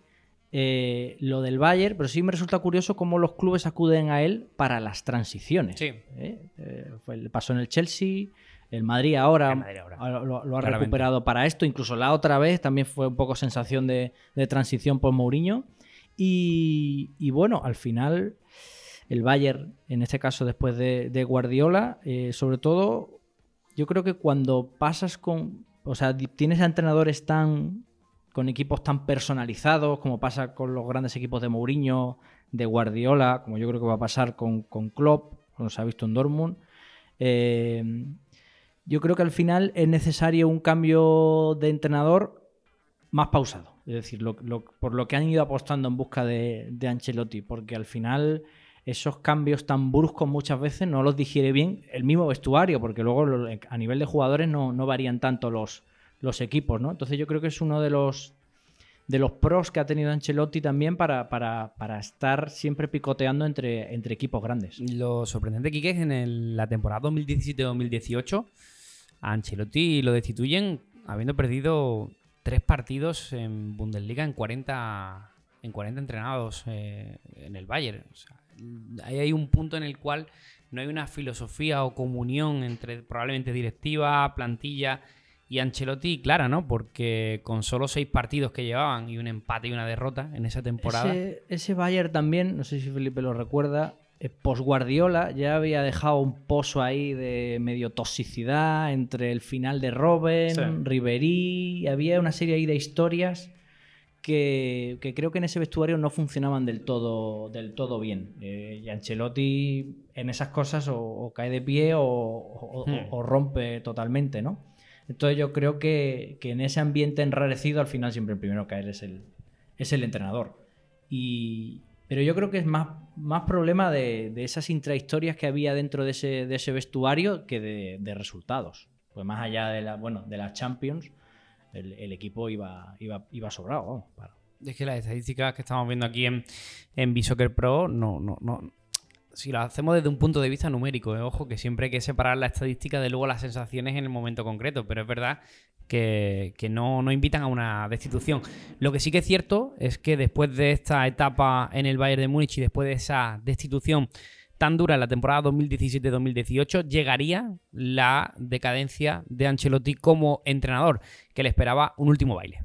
lo del Bayern, pero sí me resulta curioso cómo los clubes acuden a él para las transiciones. Sí. Pasó en el Chelsea, el Madrid ahora lo ha recuperado para esto, incluso la otra vez también fue un poco sensación de transición por Mourinho. Y bueno, al final el Bayern, en este caso después de Guardiola, sobre todo yo creo que cuando pasas o sea, tienes a entrenadores con equipos tan personalizados como pasa con los grandes equipos de Mourinho, de Guardiola, como yo creo que va a pasar con Klopp, como se ha visto en Dortmund. Yo creo que al final es necesario un cambio de entrenador más pausado. Es decir, por lo que han ido apostando en busca de Ancelotti, porque al final esos cambios tan bruscos muchas veces no los digiere bien el mismo vestuario, porque luego a nivel de jugadores no varían tanto los equipos, ¿no? Entonces yo creo que es uno de los pros que ha tenido Ancelotti también para estar siempre picoteando entre equipos grandes. Lo sorprendente, Quique, es que en la temporada 2017-2018 a Ancelotti lo destituyen habiendo perdido 3 partidos en Bundesliga en 40 entrenados en el Bayern. O sea, ahí hay un punto en el cual no hay una filosofía o comunión entre probablemente directiva, plantilla y Ancelotti clara, ¿no? Porque con solo 6 partidos que llevaban y un empate y una derrota en esa temporada. Ese Bayern también, no sé si Felipe lo recuerda, post-Guardiola ya había dejado un pozo ahí de medio toxicidad entre el final de Robben, sí, Ribéry. Había una serie ahí de historias que creo que en ese vestuario no funcionaban del todo bien. Y Ancelotti en esas cosas o cae de pie o rompe totalmente, ¿no? Entonces yo creo que en ese ambiente enrarecido al final siempre el primero a caer es el entrenador. Pero yo creo que es más problema de esas intrahistorias que había dentro de ese vestuario que de resultados. Pues más allá de la Champions, el equipo iba sobrado. Vamos. Es que las estadísticas que estamos viendo aquí en Bisoccer Pro no. Si lo hacemos desde un punto de vista numérico, ojo, que siempre hay que separar la estadística de luego las sensaciones en el momento concreto, pero es verdad que no invitan a una destitución. Lo que sí que es cierto es que después de esta etapa en el Bayern de Múnich y después de esa destitución tan dura en la temporada 2017-2018, llegaría la decadencia de Ancelotti como entrenador, que le esperaba un último baile.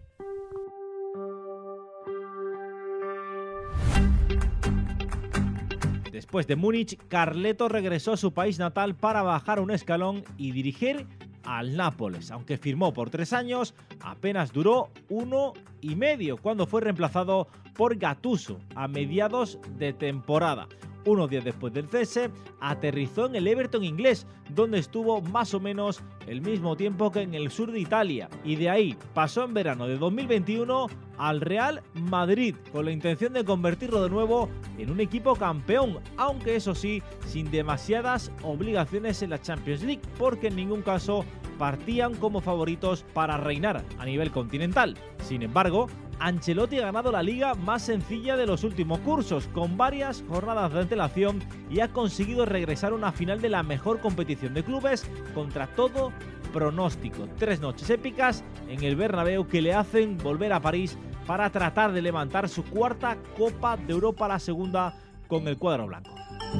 Después de Múnich, Carleto regresó a su país natal para bajar un escalón y dirigir al Nápoles. Aunque firmó por 3 años, apenas duró 1 y medio cuando fue reemplazado por Gattuso a mediados de temporada. Unos días después del cese, aterrizó en el Everton inglés, donde estuvo más o menos el mismo tiempo que en el sur de Italia. Y de ahí pasó en verano de 2021 al Real Madrid, con la intención de convertirlo de nuevo en un equipo campeón, aunque eso sí, sin demasiadas obligaciones en la Champions League, porque en ningún caso partían como favoritos para reinar a nivel continental. Sin embargo, Ancelotti ha ganado la liga más sencilla de los últimos cursos, con varias jornadas de antelación, y ha conseguido regresar a una final de la mejor competición de clubes contra todo pronóstico. 3 noches épicas en el Bernabéu que le hacen volver a París para tratar de levantar su 4ª Copa de Europa, la segunda con el cuadro blanco.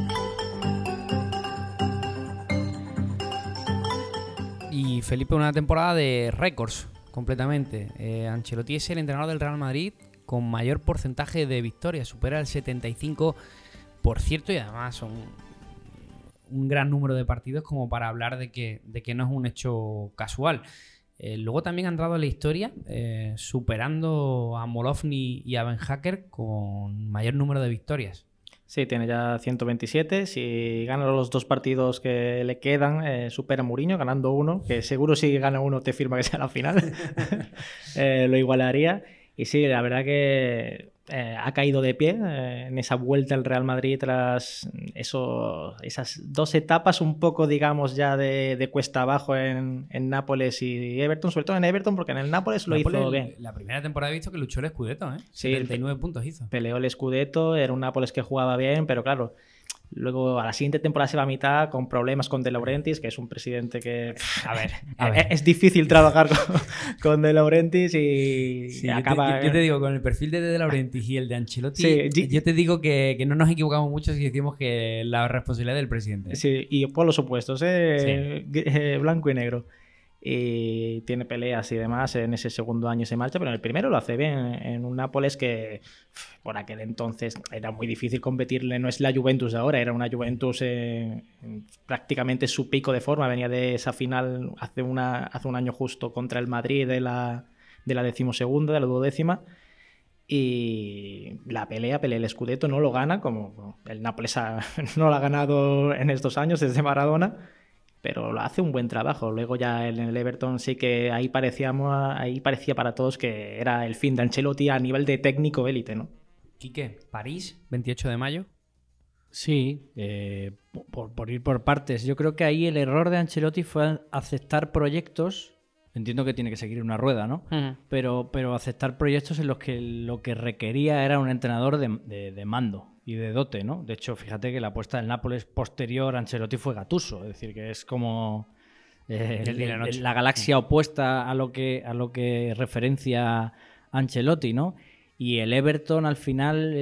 Y Felipe, una temporada de récords completamente. Ancelotti es el entrenador del Real Madrid con mayor porcentaje de victorias, supera el 75%, y además son un gran número de partidos como para hablar de que no es un hecho casual. Luego también ha entrado en la historia superando a Molovny y a Ben Hacker con mayor número de victorias. Sí, tiene ya 127. Si gana los 2 partidos que le quedan, supera a Mourinho ganando 1, que seguro si gana 1 te firma que sea la final. Lo igualaría. Y sí, la verdad que ha caído de pie en esa vuelta al Real Madrid tras esas 2 etapas un poco, digamos, ya de cuesta abajo en Nápoles y Everton, sobre todo en Everton, porque en el Nápoles lo hizo bien. La primera temporada he visto que luchó el Scudetto, Sí, 79 puntos hizo. Peleó el Scudetto, era un Nápoles que jugaba bien, pero claro, luego a la siguiente temporada se va a mitad con problemas con De Laurentiis, que es un presidente que... A ver. Es difícil trabajar con De Laurentiis y sí, acaba... Yo te digo, con el perfil de De Laurentiis y el de Ancelotti, sí, yo te digo que no nos equivocamos mucho si decimos que la responsabilidad del presidente. Sí, y por los opuestos, sí. Blanco y negro. y tiene peleas y demás. En ese segundo año se marcha, pero en el primero lo hace bien en un Nápoles que por aquel entonces era muy difícil competirle. No es la Juventus de ahora, era una Juventus prácticamente su pico de forma. Venía de esa final hace un año justo contra el Madrid de la 12ª, de la 12ª. Y la pelea el Scudetto, no lo gana, como el Nápoles no lo ha ganado en estos años desde Maradona, pero lo hace un buen trabajo. Luego ya en el Everton sí que ahí parecía para todos que era el fin de Ancelotti a nivel de técnico élite, ¿no? Quique, París, 28 de mayo. Sí, por ir por partes. Yo creo que ahí el error de Ancelotti fue aceptar proyectos. Entiendo que tiene que seguir una rueda, ¿no? Ujú. Pero aceptar proyectos en los que lo que requería era un entrenador de mando y de dote, ¿no? De hecho, fíjate que la apuesta del Nápoles posterior a Ancelotti fue Gattuso, es decir, que es como El día y la noche. la galaxia opuesta a lo que referencia Ancelotti, ¿no? Y el Everton al final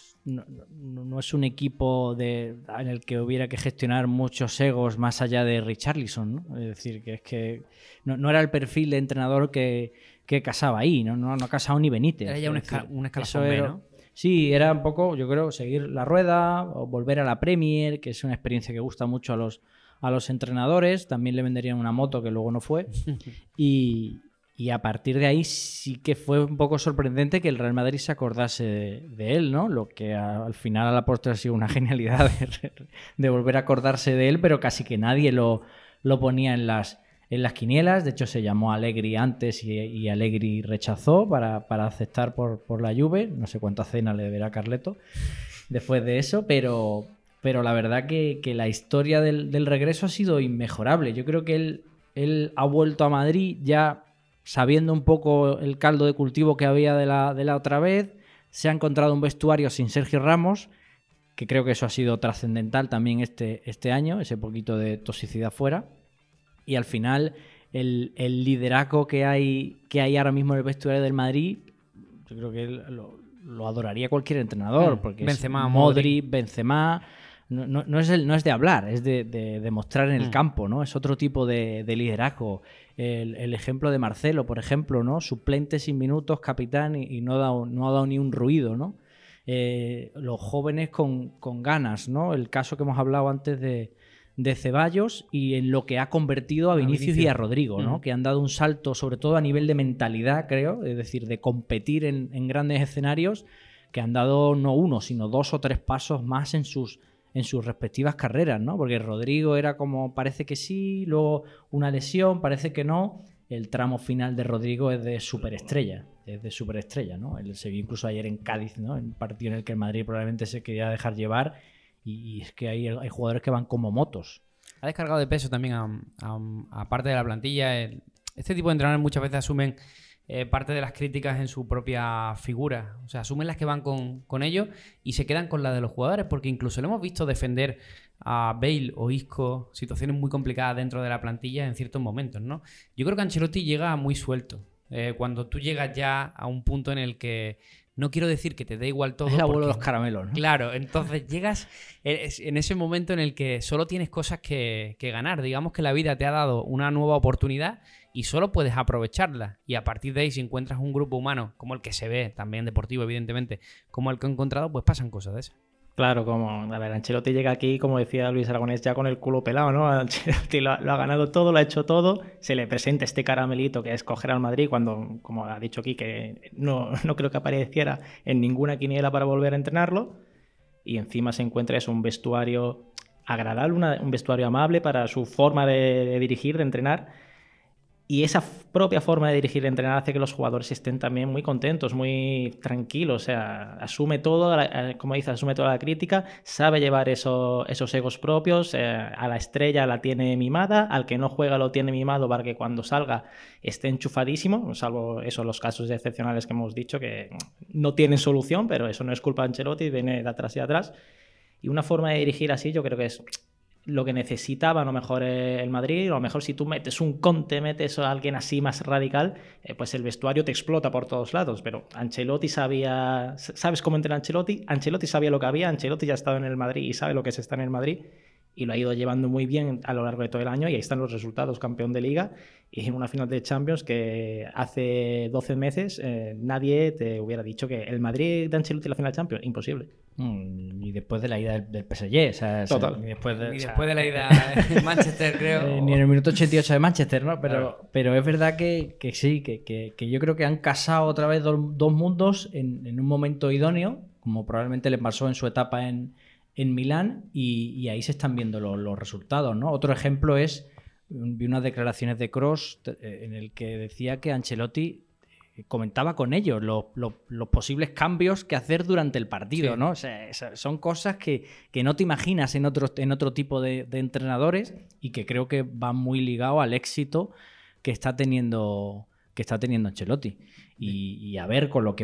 no es un equipo en el que hubiera que gestionar muchos egos más allá de Richarlison, ¿no? Es decir, que es que no era el perfil de entrenador que casaba ahí, no ha casado ni Benítez. Era ya un Es decir, escalafón eso B, era- ¿no? Sí, era un poco, yo creo, seguir la rueda o volver a la Premier, que es una experiencia que gusta mucho a los entrenadores. También le venderían una moto que luego no fue. Y a partir de ahí sí que fue un poco sorprendente que el Real Madrid se acordase de él, ¿no? Lo que al final a la postre ha sido una genialidad de volver a acordarse de él, pero casi que nadie lo ponía en las quinielas. De hecho, se llamó Allegri antes y Allegri rechazó para aceptar por la Juve. No sé cuánta cena le deberá Carleto después de eso, pero la verdad que la historia del regreso ha sido inmejorable. Yo creo que él ha vuelto a Madrid ya sabiendo un poco el caldo de cultivo que había de la otra vez. Se ha encontrado un vestuario sin Sergio Ramos, que creo que eso ha sido trascendental también este año, ese poquito de toxicidad fuera. Y al final el liderazgo que hay ahora mismo en el vestuario del Madrid, yo creo que lo adoraría cualquier entrenador, porque Benzema, es Modric, Benzema. No es de hablar, es de demostrar en el campo, ¿no? Es otro tipo de liderazgo. El ejemplo de Marcelo, por ejemplo, ¿no? Suplente sin minutos, capitán y no ha dado ni un ruido, ¿no? Los jóvenes con ganas, ¿no? El caso que hemos hablado antes de Ceballos y en lo que ha convertido a Vinicius y a Rodrigo, ¿no? Que han dado un salto, sobre todo a nivel de mentalidad, creo, es decir, de competir en grandes escenarios, que han dado no uno, sino 2 o 3 pasos más en sus respectivas carreras, ¿no? Porque Rodrigo era como, parece que sí, luego una lesión, parece que no. El tramo final de Rodrigo es de superestrella, ¿no? Él se vio incluso ayer en Cádiz, ¿no? En un partido en el que el Madrid probablemente se quería dejar llevar y es que hay jugadores que van como motos. Ha descargado de peso también a parte de la plantilla. Este tipo de entrenadores muchas veces asumen parte de las críticas en su propia figura. O sea, asumen las que van con ellos y se quedan con la de los jugadores, porque incluso lo hemos visto defender a Bale o Isco, situaciones muy complicadas dentro de la plantilla en ciertos momentos, ¿no? Yo creo que Ancelotti llega muy suelto. Cuando tú llegas ya a un punto en el que no quiero decir que te dé igual todo. Es el abuelo de porque, los caramelos, ¿no? Claro, entonces llegas en ese momento en el que solo tienes cosas que ganar. Digamos que la vida te ha dado una nueva oportunidad y solo puedes aprovecharla. Y a partir de ahí, si encuentras un grupo humano como el que se ve, también deportivo, evidentemente, como el que he encontrado, pues pasan cosas de esas. Claro, a ver, Ancelotti llega aquí, como decía Luis Aragonés, ya con el culo pelado, ¿no? Ancelotti lo ha ganado todo, lo ha hecho todo. Se le presenta este caramelito que es coger al Madrid cuando, como ha dicho aquí, que no creo que apareciera en ninguna quiniela para volver a entrenarlo. Y encima se encuentra un vestuario agradable, un vestuario amable para su forma de dirigir, de entrenar. Y esa propia forma de dirigir y entrenar hace que los jugadores estén también muy contentos, muy tranquilos. O sea, asume todo, como dice, asume toda la crítica, sabe llevar esos egos propios. A la estrella la tiene mimada, al que no juega lo tiene mimado para que cuando salga esté enchufadísimo, salvo eso, los casos excepcionales que hemos dicho que no tienen solución, pero eso no es culpa de Ancelotti, viene de atrás y de atrás. Y una forma de dirigir así yo creo que es lo que necesitaba a lo mejor el Madrid. A lo mejor si tú metes un Conte, metes a alguien así más radical, pues el vestuario te explota por todos lados. Pero Ancelotti sabía... ¿Sabes cómo entrena Ancelotti? Ancelotti sabía lo que había, Ancelotti ya ha estado en el Madrid y sabe lo que es estar en el Madrid. y lo ha ido llevando muy bien a lo largo de todo el año y ahí están los resultados, campeón de Liga y en una final de Champions que hace 12 meses nadie te hubiera dicho que el Madrid de Ancelotti en la final de Champions, imposible. Y después de la ida del PSG, o sea, Total. Y después de la ida en Manchester, creo. ni en el minuto 88 de Manchester, ¿no? Pero es verdad que sí, que yo creo que han casado otra vez dos mundos en un momento idóneo, como probablemente le pasó en su etapa en Milán, y ahí se están viendo los resultados, ¿no? Otro ejemplo es, vi unas declaraciones de Kroos en el que decía que Ancelotti comentaba con ellos los posibles cambios que hacer durante el partido, sí. ¿no? O sea, son cosas que no te imaginas en otro tipo de entrenadores y que creo que van muy ligados al éxito que está teniendo Ancelotti. Y a ver con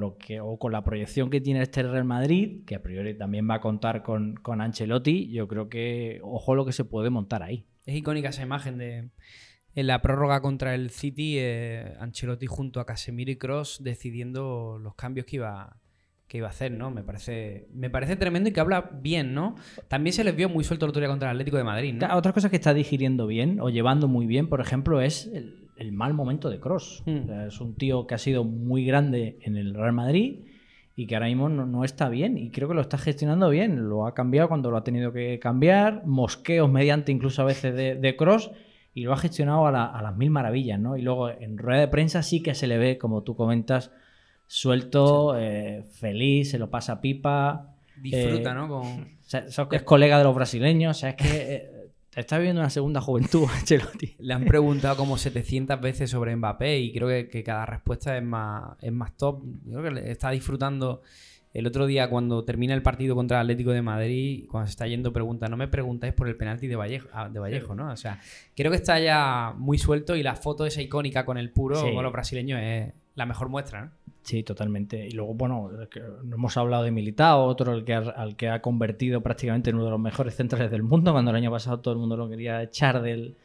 la proyección que tiene este Real Madrid, que a priori también va a contar con Ancelotti, yo creo que ojo lo que se puede montar ahí. Es icónica esa imagen de en la prórroga contra el City, Ancelotti junto a Casemiro y Kroos decidiendo los cambios que iba a hacer, ¿no? Me parece tremendo y que habla bien, ¿no? También se les vio muy suelto el otro día contra el Atlético de Madrid, ¿no? Otra cosa que está digiriendo bien o llevando muy bien, por ejemplo, es el mal momento de Kroos. O sea, es un tío que ha sido muy grande en el Real Madrid y que ahora mismo no está bien, y creo que lo está gestionando bien. Lo ha cambiado cuando lo ha tenido que cambiar, mosqueos mediante incluso a veces de Kroos, y lo ha gestionado a las mil maravillas, ¿no? Y luego en rueda de prensa sí que se le ve, como tú comentas, suelto, feliz, se lo pasa pipa. Disfruta, ¿no? O sea, es colega de los brasileños, o sea, es que está viviendo una segunda juventud, Ancelotti. Le han preguntado como 700 veces sobre Mbappé y creo que cada respuesta es más top. Yo creo que está disfrutando. El otro día, cuando termina el partido contra el Atlético de Madrid, cuando se está yendo, pregunta: no me preguntáis por el penalti de Vallejo, ¿no? O sea, creo que está ya muy suelto y la foto esa icónica con el puro, con los brasileños, es la mejor muestra, ¿no? Sí, totalmente. Y luego, bueno, no hemos hablado de Militao, otro al que ha convertido prácticamente en uno de los mejores centrales del mundo, cuando el año pasado todo el mundo lo quería echar del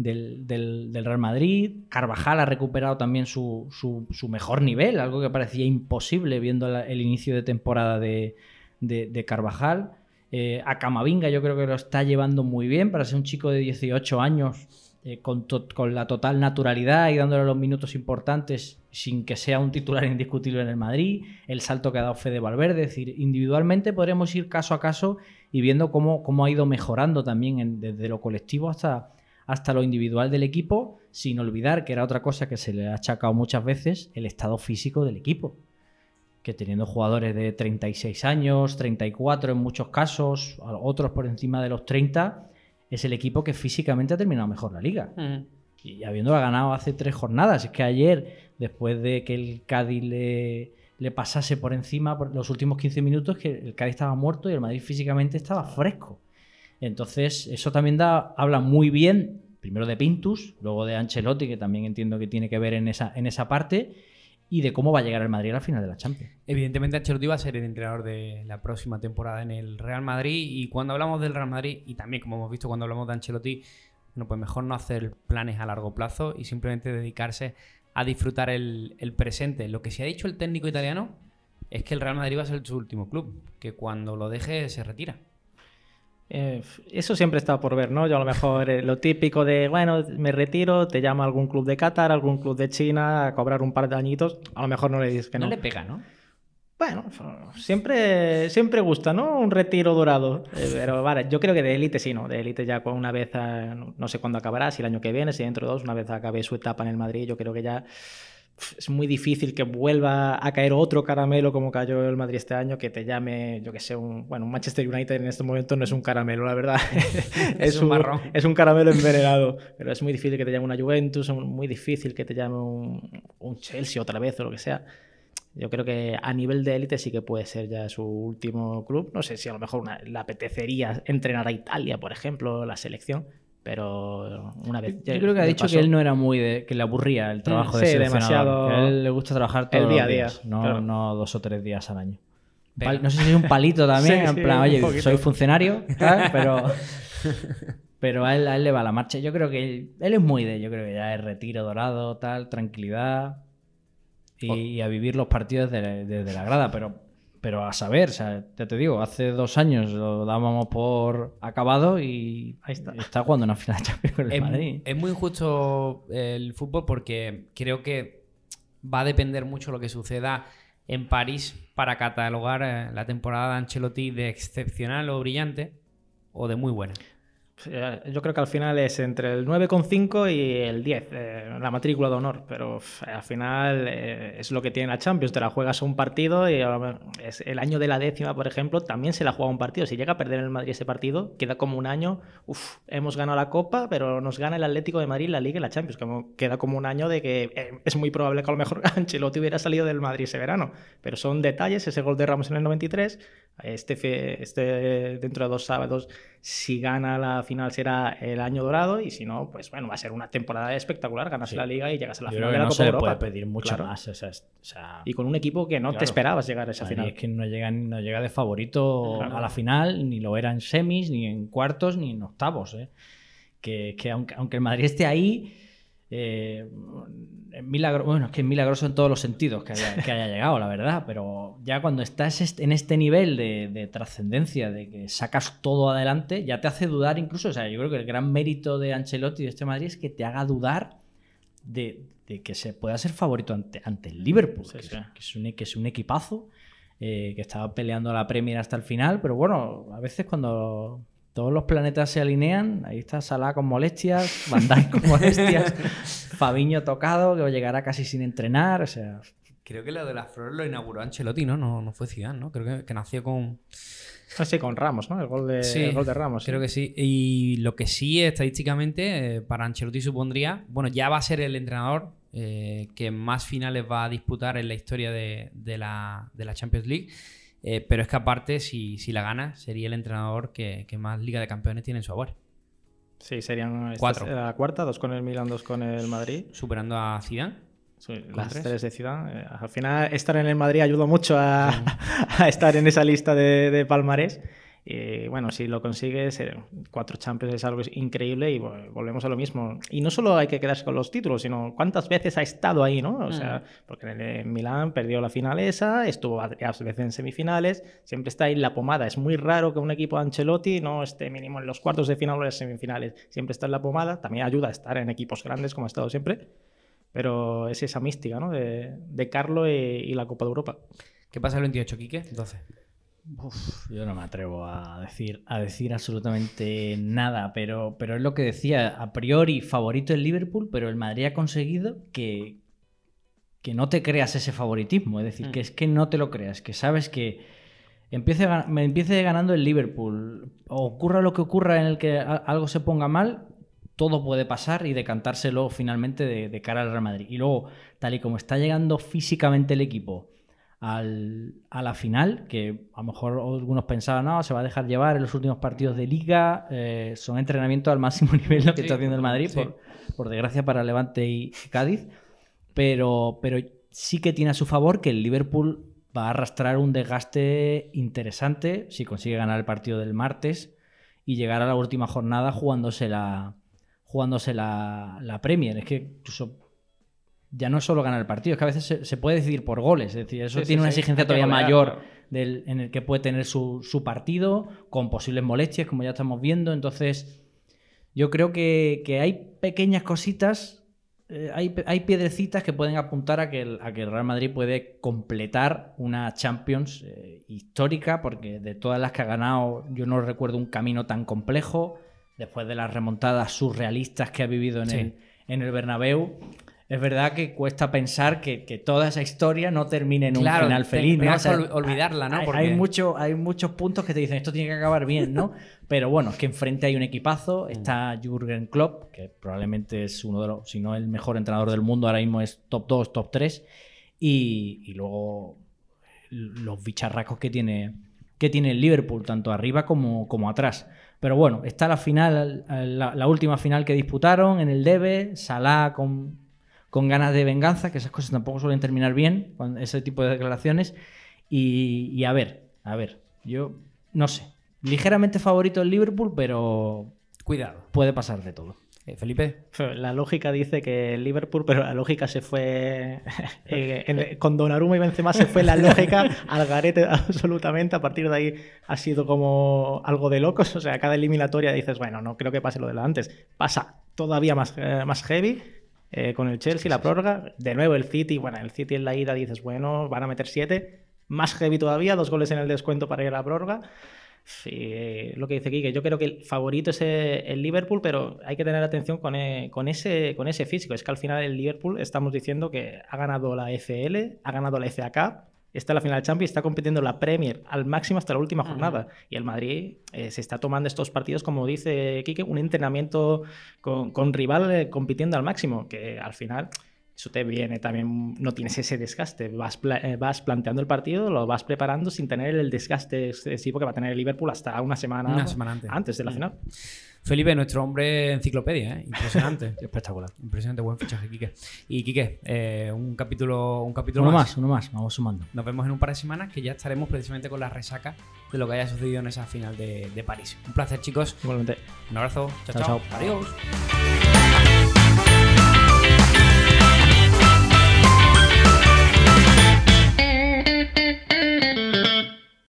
Real Madrid. Carvajal ha recuperado también su mejor nivel, algo que parecía imposible viendo el inicio de temporada de Carvajal. A Camavinga yo creo que lo está llevando muy bien para ser un chico de 18 años, con la total naturalidad y dándole los minutos importantes sin que sea un titular indiscutible en el Madrid. El salto que ha dado Fede Valverde, es decir, individualmente podremos ir caso a caso y viendo cómo ha ido mejorando también desde lo colectivo hasta lo individual del equipo, sin olvidar que era otra cosa que se le ha achacado muchas veces, el estado físico del equipo. Que teniendo jugadores de 36 años, 34 en muchos casos, otros por encima de los 30, es el equipo que físicamente ha terminado mejor la Liga. Y habiéndola ganado hace 3 jornadas. Es que ayer, después de que el Cádiz le pasase por encima por los últimos 15 minutos, que el Cádiz estaba muerto y el Madrid físicamente estaba fresco. Entonces, eso también habla muy bien, primero de Pintus, luego de Ancelotti, que también entiendo que tiene que ver en esa parte, y de cómo va a llegar el Madrid a la final de la Champions. Evidentemente Ancelotti va a ser el entrenador de la próxima temporada en el Real Madrid, y cuando hablamos del Real Madrid, y también como hemos visto cuando hablamos de Ancelotti, bueno, pues mejor no hacer planes a largo plazo y simplemente dedicarse a disfrutar el presente. Lo que se ha dicho el técnico italiano es que el Real Madrid va a ser su último club, que cuando lo deje se retira. Eso siempre está por ver, ¿no? Yo a lo mejor lo típico de, bueno, me retiro, te llama algún club de Qatar, algún club de China a cobrar un par de añitos, a lo mejor no le dices que no. No le pega, ¿no? Bueno, siempre gusta, ¿no? Un retiro dorado. Pero vale, yo creo que de élite sí, ¿no? De élite ya con una vez, no sé cuándo acabará, si el año que viene, si dentro de 2, una vez acabe su etapa en el Madrid, yo creo que ya es muy difícil que vuelva a caer otro caramelo como cayó el Madrid este año, que te llame, yo que sé, un Manchester United en este momento no es un caramelo, la verdad. es un marrón. Es un caramelo envenenado, pero es muy difícil que te llame una Juventus, muy difícil que te llame un Chelsea otra vez o lo que sea. Yo creo que a nivel de élite sí que puede ser ya su último club. No sé si a lo mejor le apetecería entrenar a Italia, por ejemplo, la selección. Pero una vez. Yo creo que ha dicho que él no era que le aburría el trabajo de seleccionador. Demasiado. Que a él le gusta trabajar todos el día los a día, días, no 2 o 3 días al año. No sé si es un palito también, sí, en plan, oye, soy funcionario, ¿sabes? Pero a él le va la marcha. Yo creo que él es muy yo creo que ya es retiro dorado, tal, tranquilidad y a vivir los partidos desde la grada. Pero pero a saber, o sea, ya te digo, hace 2 años lo dábamos por acabado y Ahí está. está jugando una final de Champions con el Madrid. Es muy injusto el fútbol porque creo que va a depender mucho lo que suceda en París para catalogar la temporada de Ancelotti de excepcional o brillante o de muy buena. Yo creo que al final es entre el 9,5 y el 10, la matrícula de honor, pero al final es lo que tiene la Champions, te la juegas un partido y es el año de la 10ª, por ejemplo, también se la juega un partido. Si llega a perder el Madrid ese partido, queda como un año, hemos ganado la Copa, pero nos gana el Atlético de Madrid, la Liga y la Champions, queda como un año de que es muy probable que a lo mejor Ancelotti hubiera salido del Madrid ese verano, pero son detalles, ese gol de Ramos en el 93, dentro de 2 sábados, si gana la final será el año dorado y si no, pues bueno, va a ser una temporada espectacular, ganas la Liga y llegas a la final de la Copa de Europa. No se le puede pedir mucho más. O sea, y con un equipo que no te esperabas llegar a esa final. Es que no llega de favorito a la final, ni lo era en semis, ni en cuartos, ni en octavos. Que aunque el Madrid esté ahí, es que es milagroso en todos los sentidos que haya llegado, la verdad, pero ya cuando estás en este nivel de trascendencia, de que sacas todo adelante, ya te hace dudar incluso. O sea, yo creo que el gran mérito de Ancelotti y de este Madrid es que te haga dudar de que se pueda ser favorito ante el Liverpool, que es un equipazo, que estaba peleando la Premier hasta el final, pero bueno, a veces cuando todos los planetas se alinean, ahí está Salah con molestias, Van Dijk con molestias, Fabinho tocado, que llegará casi sin entrenar, o sea... Creo que lo de las flores lo inauguró Ancelotti, ¿no? No fue Zidane, ¿no? Creo que nació con... Sí, con Ramos, ¿no? El gol de Ramos. Creo que sí. Y lo que sí, estadísticamente, para Ancelotti supondría... Bueno, ya va a ser el entrenador que más finales va a disputar en la historia de la Champions League. Pero es que aparte, si la gana, sería el entrenador que más Liga de Campeones tiene en su haber. Sí, serían 4. La cuarta, 2 con el Milan, 2 con el Madrid. Superando a Zidane. Sí, las 3 de Zidane. Al final, estar en el Madrid ayudó mucho a estar en esa lista de palmarés. Y bueno, si lo consigues, 4 Champions es algo increíble y volvemos a lo mismo. Y no solo hay que quedarse con los títulos, sino cuántas veces ha estado ahí, ¿no? O sea, porque en Milán perdió la final esa, estuvo varias veces en semifinales, siempre está ahí en la pomada. Es muy raro que un equipo de Ancelotti no esté mínimo en los cuartos de final o en las semifinales. Siempre está en la pomada. También ayuda a estar en equipos grandes, como ha estado siempre. Pero es esa mística, ¿no? De Carlo y la Copa de Europa. ¿Qué pasa el 28, Quique? 12. Yo no me atrevo a decir absolutamente nada, pero es lo que decía, a priori favorito el Liverpool, pero el Madrid ha conseguido que no te creas ese favoritismo, es decir, que es que no te lo creas, que sabes que empiece ganando el Liverpool, o ocurra lo que ocurra en el que algo se ponga mal, todo puede pasar y decantárselo finalmente de cara al Real Madrid. Y luego, tal y como está llegando físicamente el equipo a la final, que a lo mejor algunos pensaban, no, se va a dejar llevar en los últimos partidos de Liga, son entrenamientos al máximo nivel lo que está haciendo el Madrid, por desgracia para Levante y Cádiz, pero sí que tiene a su favor que el Liverpool va a arrastrar un desgaste interesante si consigue ganar el partido del martes y llegar a la última jornada jugándose la Premier. Es que incluso ya no es solo ganar el partido, es que a veces se puede decidir por goles. Es decir, eso tiene una exigencia todavía mayor en el que puede tener su partido, con posibles molestias, como ya estamos viendo. Entonces, yo creo que hay pequeñas cositas, hay piedrecitas que pueden apuntar a que el Real Madrid puede completar una Champions histórica, porque de todas las que ha ganado, yo no recuerdo un camino tan complejo, después de las remontadas surrealistas que ha vivido en el Bernabéu. Es verdad que cuesta pensar que toda esa historia no termine en un final feliz, ¿no? O sea, olvidarla, ¿no? Porque... Hay muchos puntos que te dicen esto tiene que acabar bien, ¿no? Pero bueno, es que enfrente hay un equipazo. Está Jürgen Klopp, que probablemente es uno de los, si no el mejor entrenador del mundo, ahora mismo es top 2, top 3. Y luego los bicharracos que tiene el Liverpool, tanto arriba como atrás. Pero bueno, está la final, la última final que disputaron en el Debe, Salah con ganas de venganza, que esas cosas tampoco suelen terminar bien, con ese tipo de declaraciones. Y a ver, yo no sé. Ligeramente favorito el Liverpool, pero cuidado. Puede pasar de todo. Felipe. La lógica dice que el Liverpool, pero la lógica se fue con Donnarumma y Benzema se fue la lógica al garete absolutamente. A partir de ahí ha sido como algo de locos. O sea, cada eliminatoria dices, bueno, no creo que pase lo de lo de antes. Pasa todavía más heavy con el Chelsea, la prórroga. De nuevo el City, bueno, el City en la ida dices, bueno, van a meter 7. Más heavy todavía, 2 goles en el descuento para ir a la prórroga. Sí, lo que dice Quique, yo creo que el favorito es el Liverpool, pero hay que tener atención con ese físico. Es que al final el Liverpool estamos diciendo que ha ganado la FL, ha ganado la FA Cup, está en la final de Champions, está compitiendo la Premier al máximo hasta la última jornada. Y el Madrid se está tomando estos partidos, como dice Quique, un entrenamiento con rival compitiendo al máximo, que al final... Eso te viene también, no tienes ese desgaste. Vas planteando el partido, lo vas preparando sin tener el desgaste excesivo que va a tener el Liverpool hasta una semana antes de la final. Felipe, nuestro hombre enciclopedia, Impresionante. Espectacular. Impresionante, buen fichaje, Quique. Y Quique, un capítulo uno más, vamos sumando. Nos vemos en un par de semanas que ya estaremos precisamente con la resaca de lo que haya sucedido en esa final de París. Un placer, chicos. Igualmente. Un abrazo. Chao. Chao. Adiós.